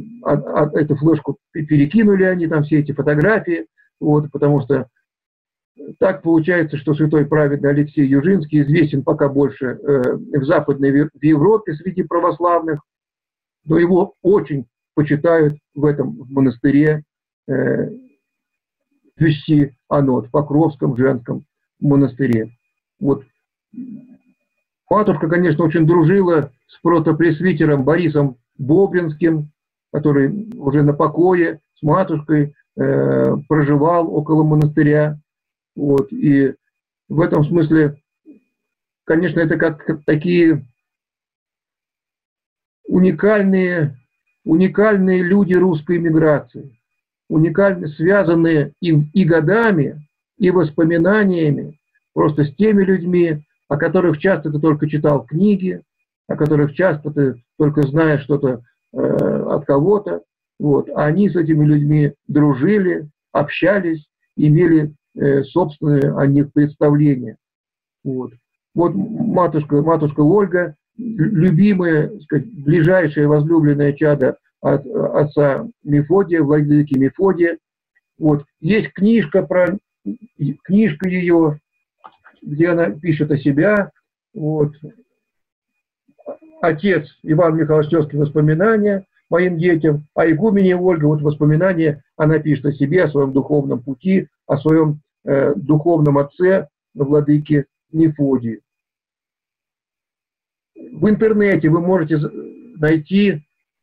эту флешку перекинули, они там все эти фотографии, вот, потому что так получается, что святой праведный Алексей Южинский известен пока больше в Западной в Европе среди православных, но его очень почитают в этом монастыре Бюсси-Анос, в Покровском женском монастыре. Вот. Матушка, конечно, очень дружила с протопресвитером Борисом Бобринским, который уже на покое с матушкой проживал около монастыря. Вот. И в этом смысле, конечно, это как такие уникальные люди русской эмиграции, уникально связанные и годами, и воспоминаниями просто с теми людьми, о которых часто ты только читал книги, о которых часто ты только знаешь что-то от кого-то. Вот. А они с этими людьми дружили, общались, имели собственные о них представления. Вот, вот матушка Ольга, любимая, сказать, ближайшая возлюбленная чадо от отца Мефодия, владыки Мефодия. Вот. Есть книжка ее, где она пишет о себя. Вот. Отец Иван Михайлович Тёскин воспоминания моим детям, а игуменья Ольга, вот воспоминания, она пишет о себе, о своем духовном пути, о своем духовном отце, владыке Мефодии. В интернете вы можете найти,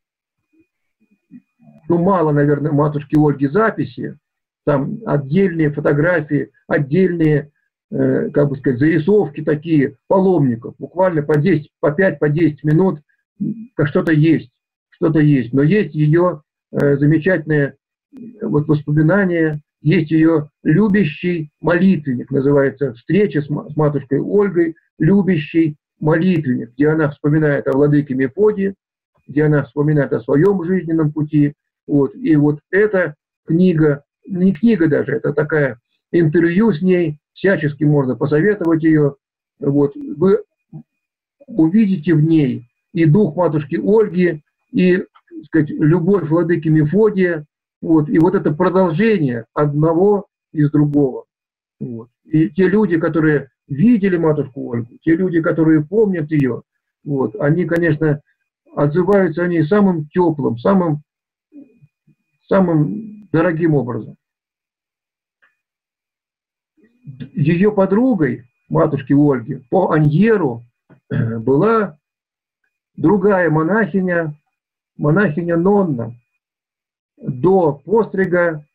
ну, мало, наверное, матушки Ольги записи, там отдельные фотографии, отдельные, как бы сказать, зарисовки такие паломников, буквально по 10, по 5, по 10 минут, как что-то есть. Но есть ее замечательные вот воспоминания, есть ее любящий молитвенник, называется «Встреча с матушкой Ольгой», любящий молитвенник, где она вспоминает о владыке Мефодии, где она вспоминает о своем жизненном пути. Вот. И вот эта книга, не книга даже, это такая интервью с ней, всячески можно посоветовать ее. Вот. Вы увидите в ней и дух матушки Ольги, и, так сказать, любовь владыки Мефодия, вот, и вот это продолжение одного из другого. Вот. И те люди, которые видели матушку Ольгу, те люди, которые помнят ее, вот, они, конечно, отзываются о ней самым теплым, самым дорогим образом. Ее подругой, матушки Ольги, по Аньеру была другая монахиня Нонна, до пострига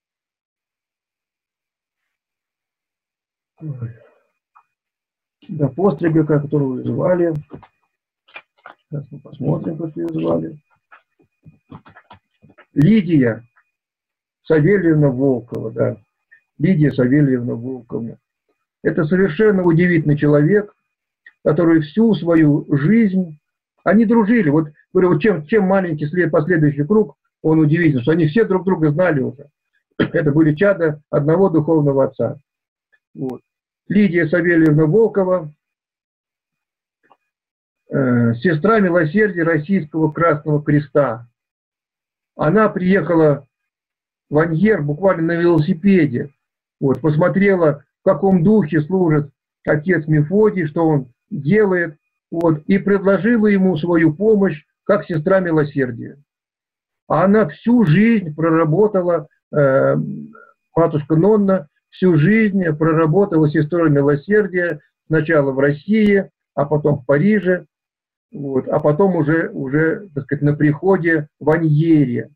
которую звали. Сейчас мы посмотрим, как ее звали. Лидия Савельевна Волкова, да. Лидия Савельевна Волкова. Это совершенно удивительный человек, который всю свою жизнь... Они дружили. Вот, говорю, вот чем маленький последующий круг, он удивительный, что они все друг друга знали уже. Это были чада одного духовного отца. Вот. Лидия Савельевна Волкова, сестра милосердия Российского Красного Креста. Она приехала в Аньер буквально на велосипеде. Вот, посмотрела, в каком духе служит отец Мефодий, что он делает, вот, и предложила ему свою помощь как сестра милосердия. А она всю жизнь проработала, матушка Нонна, всю жизнь проработала сестрой милосердия, сначала в России, а потом в Париже, вот, а потом уже, так сказать, на приходе в Аньере.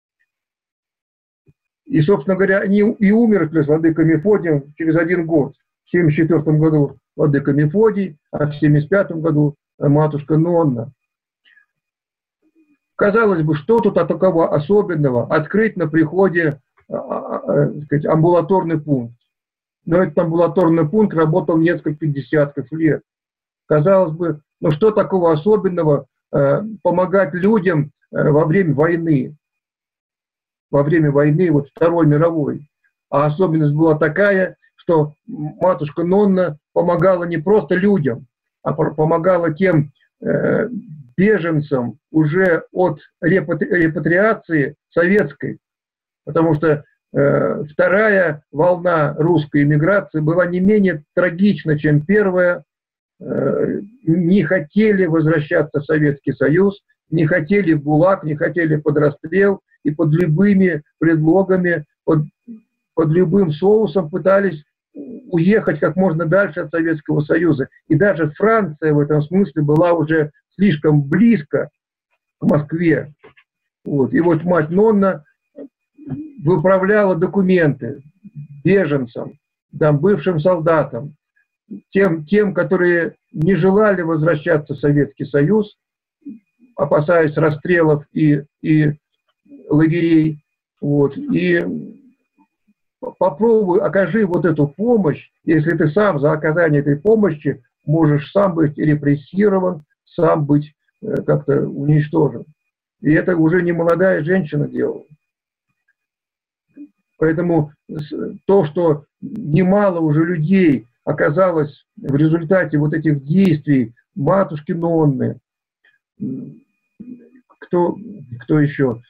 И, собственно говоря, они и умерли с владыкой Мефодием через 1 год. В 1974 году владыка Мефодий, а в 1975 году матушка Нонна. Казалось бы, что тут такого особенного открыть на приходе, сказать, амбулаторный пункт. Но этот амбулаторный пункт работал несколько десятков лет. Казалось бы, ну что такого особенного помогать людям во время войны? Во время войны, вот Второй мировой. А особенность была такая, что матушка Нонна помогала не просто людям, а помогала тем беженцам уже от репатриации советской. Потому что вторая волна русской эмиграции была не менее трагична, чем первая. Не хотели возвращаться в Советский Союз, не хотели в ГУЛАГ, не хотели под расстрел, и под любыми предлогами, под любым соусом пытались уехать как можно дальше от Советского Союза. И даже Франция в этом смысле была уже слишком близко к Москве. Вот. И вот мать Нонна выправляла документы беженцам, там, бывшим солдатам, тем, которые не желали возвращаться в Советский Союз, опасаясь расстрелов и лагерей. Вот. И попробуй, окажи вот эту помощь, если ты сам за оказание этой помощи можешь сам быть репрессирован, сам быть как-то уничтожен. И это уже не молодая женщина делала. Поэтому то, что немало уже людей оказалось в результате вот этих действий матушки Нонны, кто еще?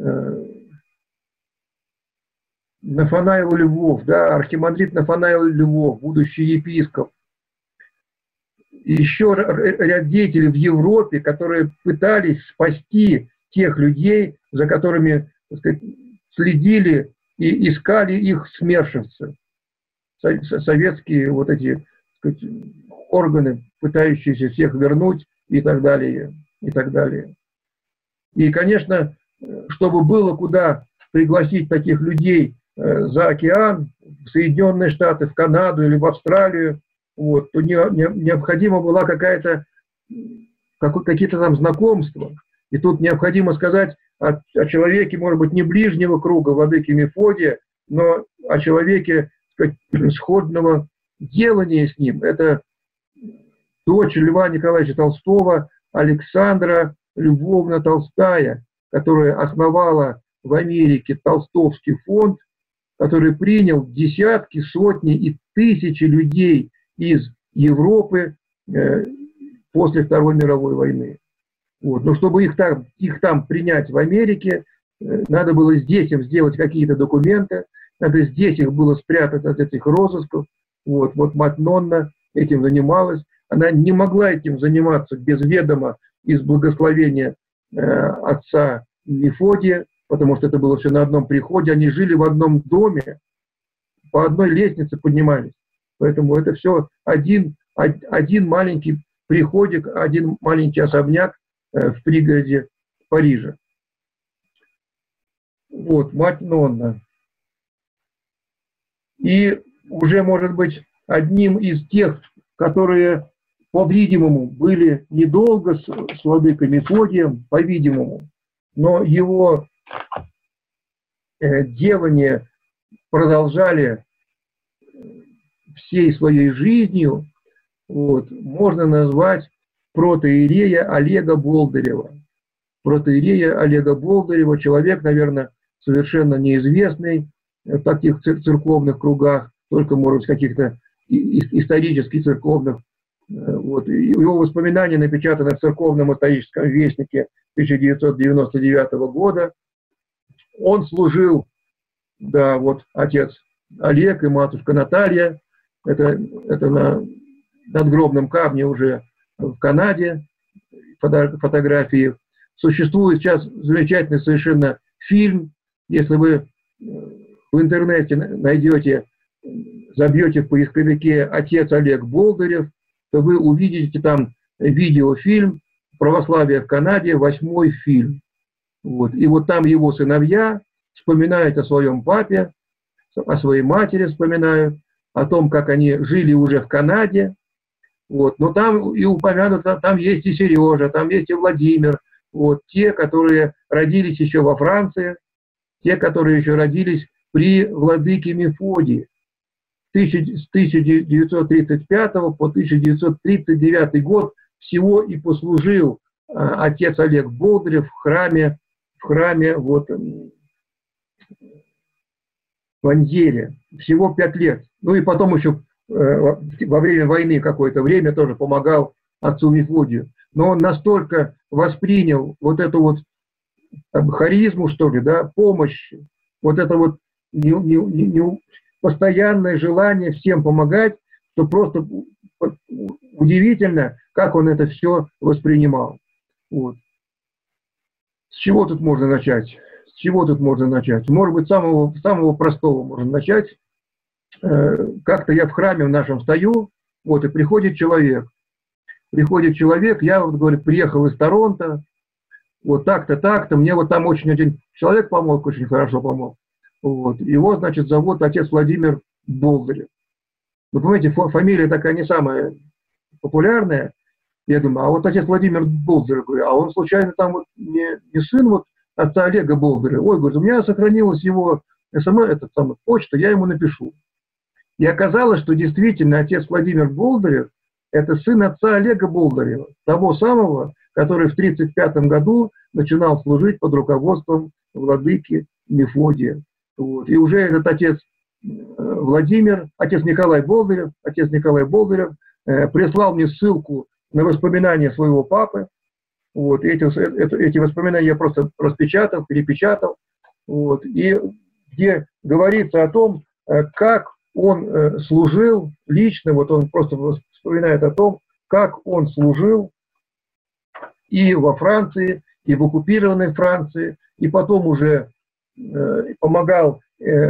Нафанаил Львов, да, архимандрит Нафанаил Львов, будущий епископ. И еще ряд деятелей в Европе, которые пытались спасти тех людей, за которыми, так сказать, следили и искали их смершивцы. Советские вот эти, так сказать, органы, пытающиеся всех вернуть и так далее, и так далее. И, конечно, чтобы было куда пригласить таких людей за океан, в Соединенные Штаты, в Канаду или в Австралию, вот, то необходима была какие-то там знакомства. И тут необходимо сказать о человеке, может быть, не ближнего круга владыки Мефодия, но о человеке, сказать, сходного делания с ним. Это дочь Льва Николаевича Толстого, Александра Львовна Толстая, которая основала в Америке Толстовский фонд, который принял десятки, сотни и тысячи людей из Европы после Второй мировой войны. Вот. Но чтобы их там принять в Америке, надо было здесь им сделать какие-то документы, надо здесь их было спрятать от этих розысков. Вот мать Нонна этим занималась. Она не могла этим заниматься без ведома и с благословения отца Мефодия, потому что это было все на одном приходе. Они жили в одном доме, по одной лестнице поднимались. Поэтому это все один маленький приходик, один маленький особняк в пригороде Парижа. Вот, мать Нонна. И уже, может быть, одним из тех, которые, по-видимому, были недолго с владыкой Мефодием, по-видимому, но его делание продолжали всей своей жизнью, вот, можно назвать протоиерея Олега Болдырева. Протоиерея Олега Болдырева, человек, наверное, совершенно неизвестный в таких церковных кругах, только, может быть, каких-то исторических церковных. Вот. Его воспоминания напечатаны в Церковном историческом вестнике 1999 года. Он служил, да, вот отец Олег и матушка Наталья, это на надгробном камне уже в Канаде, фотографии. Существует сейчас замечательный совершенно фильм, если вы в интернете найдете, забьете в поисковике «Отец Олег Болдырев», то вы увидите там видеофильм «Православие в Канаде», 8-й фильм. Вот. И вот там его сыновья вспоминают о своем папе, о своей матери вспоминают, о том, как они жили уже в Канаде. Вот. Но там и упомянуто, там есть и Сережа, там есть и Владимир, вот. Те, которые родились еще во Франции, те, которые еще родились при владыке Мефодии. С 1935 по 1939 год всего и послужил отец Олег Болдырев в храме вот, в Аньере. Всего 5 лет. Ну и потом еще во время войны какое-то время тоже помогал отцу Мефодию. Но он настолько воспринял вот эту вот харизму, что ли, да, помощь, вот это вот постоянное желание всем помогать, что просто удивительно, как он это все воспринимал. Вот. С чего тут можно начать? С чего тут можно начать? Может быть, самого простого можно начать. Как-то я в храме в нашем стою, вот, и приходит человек. Я, вот, говорит, приехал из Торонто, вот так-то, мне вот там очень один человек помог, очень хорошо помог. Вот. Его, значит, зовут отец Владимир Болдырев. Вы понимаете, фамилия такая не самая популярная. Я думаю, а вот отец Владимир Болдырев, говорю, а он случайно там вот не сын вот отца Олега Болдырева? Ой, говорит, у меня сохранилась его почта, я ему напишу. И оказалось, что действительно отец Владимир Болдырев – это сын отца Олега Болдырева, того самого, который в 1935 году начинал служить под руководством владыки Мефодия. Вот. И уже этот отец Владимир, отец Николай Болдырев прислал мне ссылку на воспоминания своего папы. Вот. Эти воспоминания я просто распечатал, перепечатал. Вот. И где говорится о том, как он служил лично, вот он просто вспоминает о том, как он служил и во Франции, и в оккупированной Франции, и потом уже помогал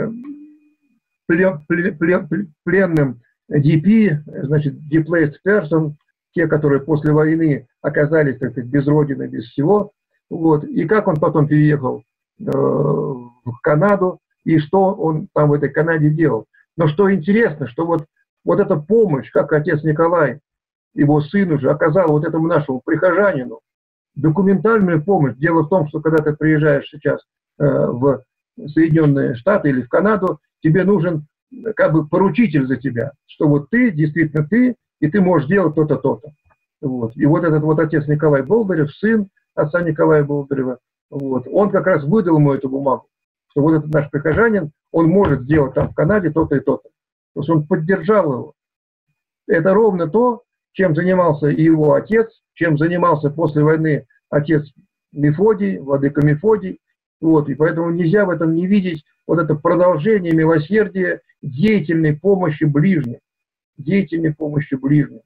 пленным DP, значит, displaced person, те, которые после войны оказались, так сказать, без родины, без всего. Вот. И как он потом переехал в Канаду, и что он там в этой Канаде делал. Но что интересно, что вот эта помощь, как отец Николай, его сын уже оказал вот этому нашему прихожанину, документальную помощь. Дело в том, что когда ты приезжаешь сейчас в Соединенные Штаты или в Канаду, тебе нужен как бы поручитель за тебя, что вот ты, действительно ты, и ты можешь делать то-то, то-то. Вот. И вот этот вот отец Николай Болдырев, сын отца Николая Болдырева, вот, он как раз выдал ему эту бумагу, что вот этот наш прихожанин, он может сделать там в Канаде то-то и то-то. То есть он поддержал его. Это ровно то, чем занимался и его отец, чем занимался после войны отец Мефодий, владыка Мефодий. Вот, и поэтому нельзя в этом не видеть вот это продолжение милосердия, деятельной помощи ближним. Деятельной помощи ближним.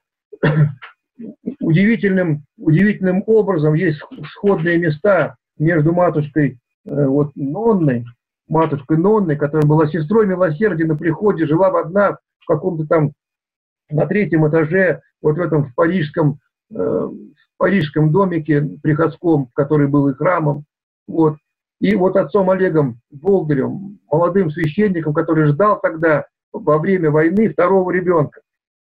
Удивительным образом есть сходные места между матушкой вот, Нонной, которая была сестрой милосердия на приходе, жила одна в каком-то там на 3-м этаже, вот в этом в парижском домике приходском, который был и храмом. Вот. И вот отцом Олегом Болдыревым, молодым священником, который ждал тогда во время войны второго ребенка.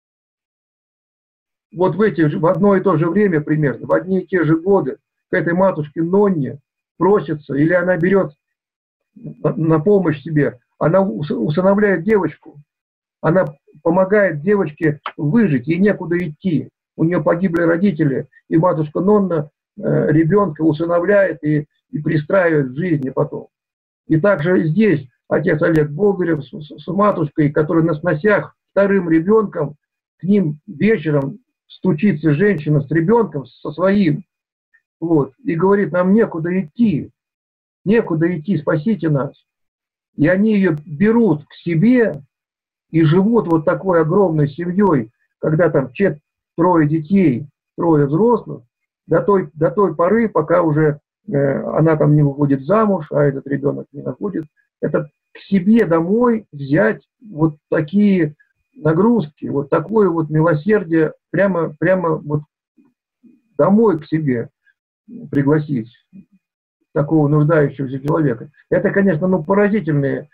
Вот в одно и то же время примерно, в одни и те же годы к этой матушке Нонне просится, или она берет на помощь себе, она усыновляет девочку, она помогает девочке выжить, ей некуда идти. У нее погибли родители, и матушка Нонна ребенка усыновляет и пристраивает в жизни потом. И также здесь отец Олег Болдырев с матушкой, которая на сносях вторым ребенком, к ним вечером стучится женщина с ребенком, со своим, вот, и говорит, нам некуда идти, спасите нас. И они ее берут к себе и живут вот такой огромной семьей, когда там 3 детей, 3 взрослых, до той поры, пока уже она там не выходит замуж, а этот ребенок не находит, это к себе домой взять вот такие нагрузки, вот такое вот милосердие прямо вот домой к себе пригласить такого нуждающегося человека. Это, конечно, вот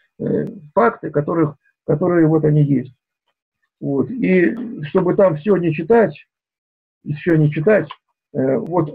они есть. Вот. И чтобы там все не читать, вот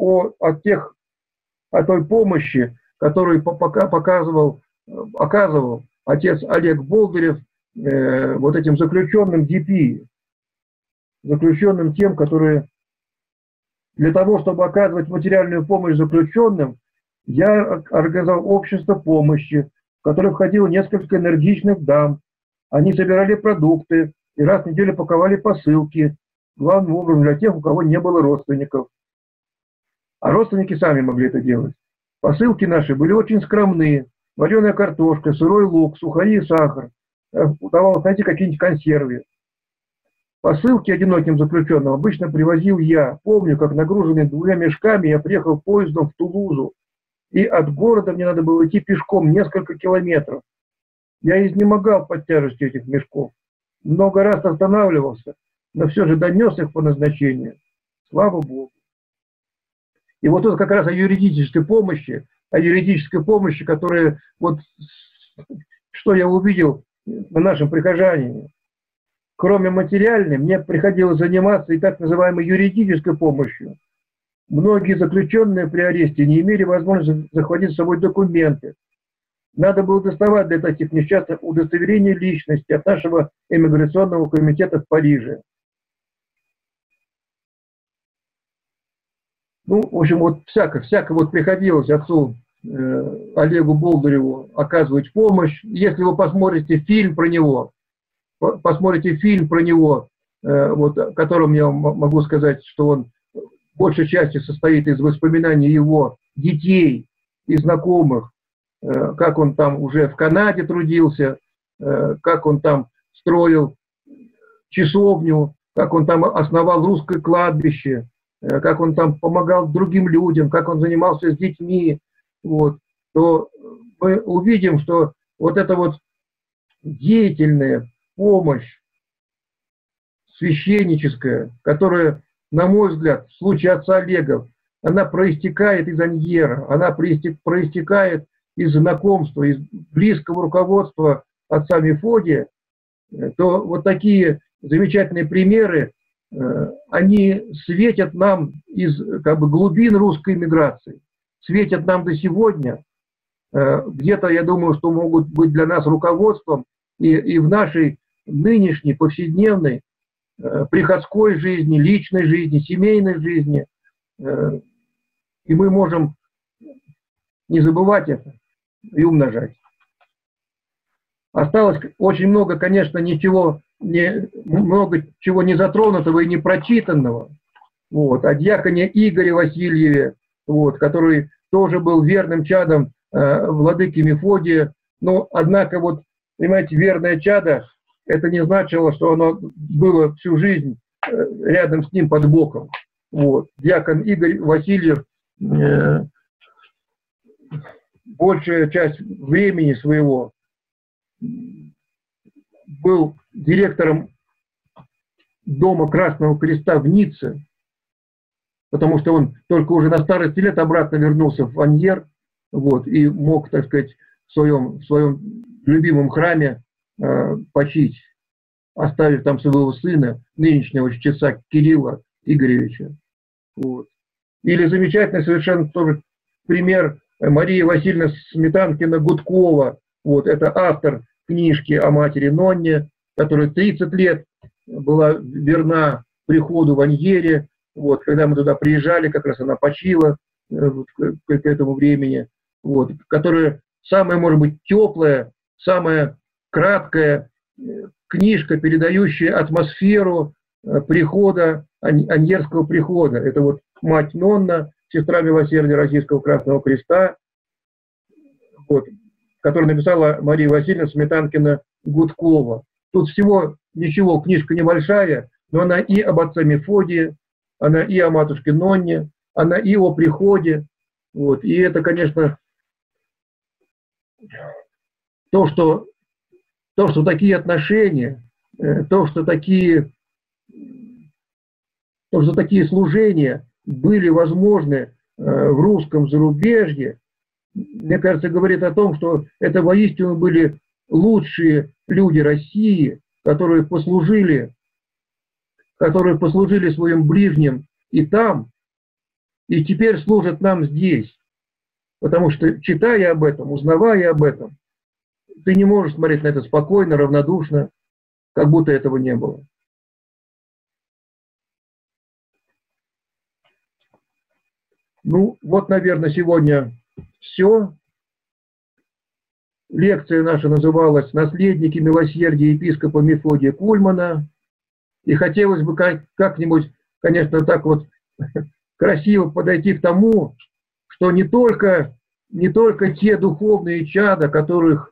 о той помощи, которую оказывал отец Олег Болдырев вот этим заключенным ДП, заключенным тем, которые для того, чтобы оказывать материальную помощь заключенным, я организовал общество помощи, в которое входило несколько энергичных дам. Они собирали продукты и раз в неделю паковали посылки, главным образом для тех, у кого не было родственников. А родственники сами могли это делать. Посылки наши были очень скромные. Вареная картошка, сырой лук, сухари и сахар. Удавалось найти какие-нибудь консервы. Посылки одиноким заключенным обычно привозил я. Помню, как нагруженный 2 мешками я приехал поездом в Тулузу. И от города мне надо было идти пешком несколько километров. Я изнемогал под тяжестью этих мешков. Много раз останавливался, но все же донес их по назначению. Слава Богу. И вот тут как раз о юридической помощи, которая, вот, что я увидел на нашем прихожанине. Кроме материальной, мне приходилось заниматься и так называемой юридической помощью. Многие заключенные при аресте не имели возможности захватить с собой документы. Надо было доставать для таких несчастных удостоверение личности от нашего эмиграционного комитета в Париже. Ну, в общем, вот всяко вот приходилось отцу Олегу Болдыреву оказывать помощь. Если вы посмотрите фильм про него, вот, о котором я могу сказать, что он большей частью состоит из воспоминаний его детей и знакомых, как он там уже в Канаде трудился, как он там строил часовню, как он там основал русское кладбище, как он там помогал другим людям, как он занимался с детьми, вот, то мы увидим, что вот эта вот деятельная помощь священническая, которая, на мой взгляд, в случае отца Олега, она проистекает из Аньера, она проистекает из знакомства, из близкого руководства отца Мефодия, то вот такие замечательные примеры, они светят нам из как бы глубин русской миграции, светят нам до сегодня. Где-то, я думаю, что могут быть для нас руководством и в нашей нынешней повседневной приходской жизни, личной жизни, семейной жизни. И мы можем не забывать это и умножать. Осталось очень много, конечно, много чего не затронутого и не прочитанного. Вот. О дьяконе Игоре Васильеве, вот, который тоже был верным чадом владыки Мефодия. Но, однако, вот, понимаете, верное чадо, это не значило, что оно было всю жизнь рядом с ним под боком. Вот. Диакон Игорь Васильев большая часть времени своего был директором дома Красного Креста в Ницце, потому что он только уже на старости лет обратно вернулся в Аньер, вот, и мог, так сказать, в своем любимом храме почить, оставив там своего сына, нынешнего чтеца Кирилла Игоревича. Вот. Или замечательный совершенно тоже пример Мария Васильевна Сметанкина-Гудкова. Вот, это автор книжки о матери Нонне, которая 30 лет была верна приходу в Аньере. Вот, когда мы туда приезжали, как раз она почила к этому времени. Вот, которая самая, может быть, теплая, самая краткая книжка, передающая атмосферу прихода, аньерского прихода. Это вот мать Нонна, сестра милосердия Российского Красного Креста, вот, которую написала Мария Васильевна Сметанкина-Гудкова. Тут всего ничего, книжка небольшая, но она и об отце Мефодии, она и о матушке Нонне, она и о приходе. Вот. И это, конечно, то, что такие отношения, то, что такие служения были возможны в русском зарубежье, мне кажется, говорит о том, что это воистину были лучшие люди России, которые послужили своим ближним и там, и теперь служат нам здесь. Потому что, читая об этом, узнавая об этом, ты не можешь смотреть на это спокойно, равнодушно, как будто этого не было. Ну, вот, наверное, сегодня все. Лекция наша называлась «Наследники милосердия епископа Мефодия Кульмана». И хотелось бы как-нибудь, конечно, так вот красиво подойти к тому, что не только те духовные чада, которых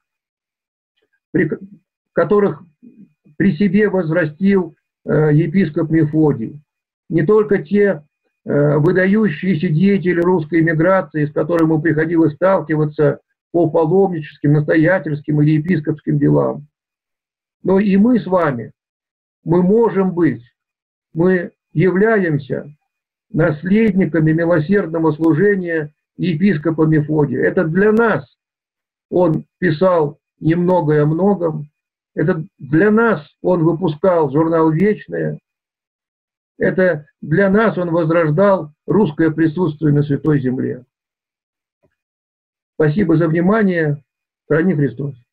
при себе возрастил епископ Мефодий, не только те выдающиеся деятели русской эмиграции, с которыми ему приходилось сталкиваться по паломническим, настоятельским или епископским делам, но и мы с вами, мы можем быть, мы являемся наследниками милосердного служения епископа Мефодия. Это для нас он писал немного о многом, это для нас он выпускал журнал «Вечное», это для нас он возрождал русское присутствие на Святой Земле. Спасибо за внимание. Храни Христос.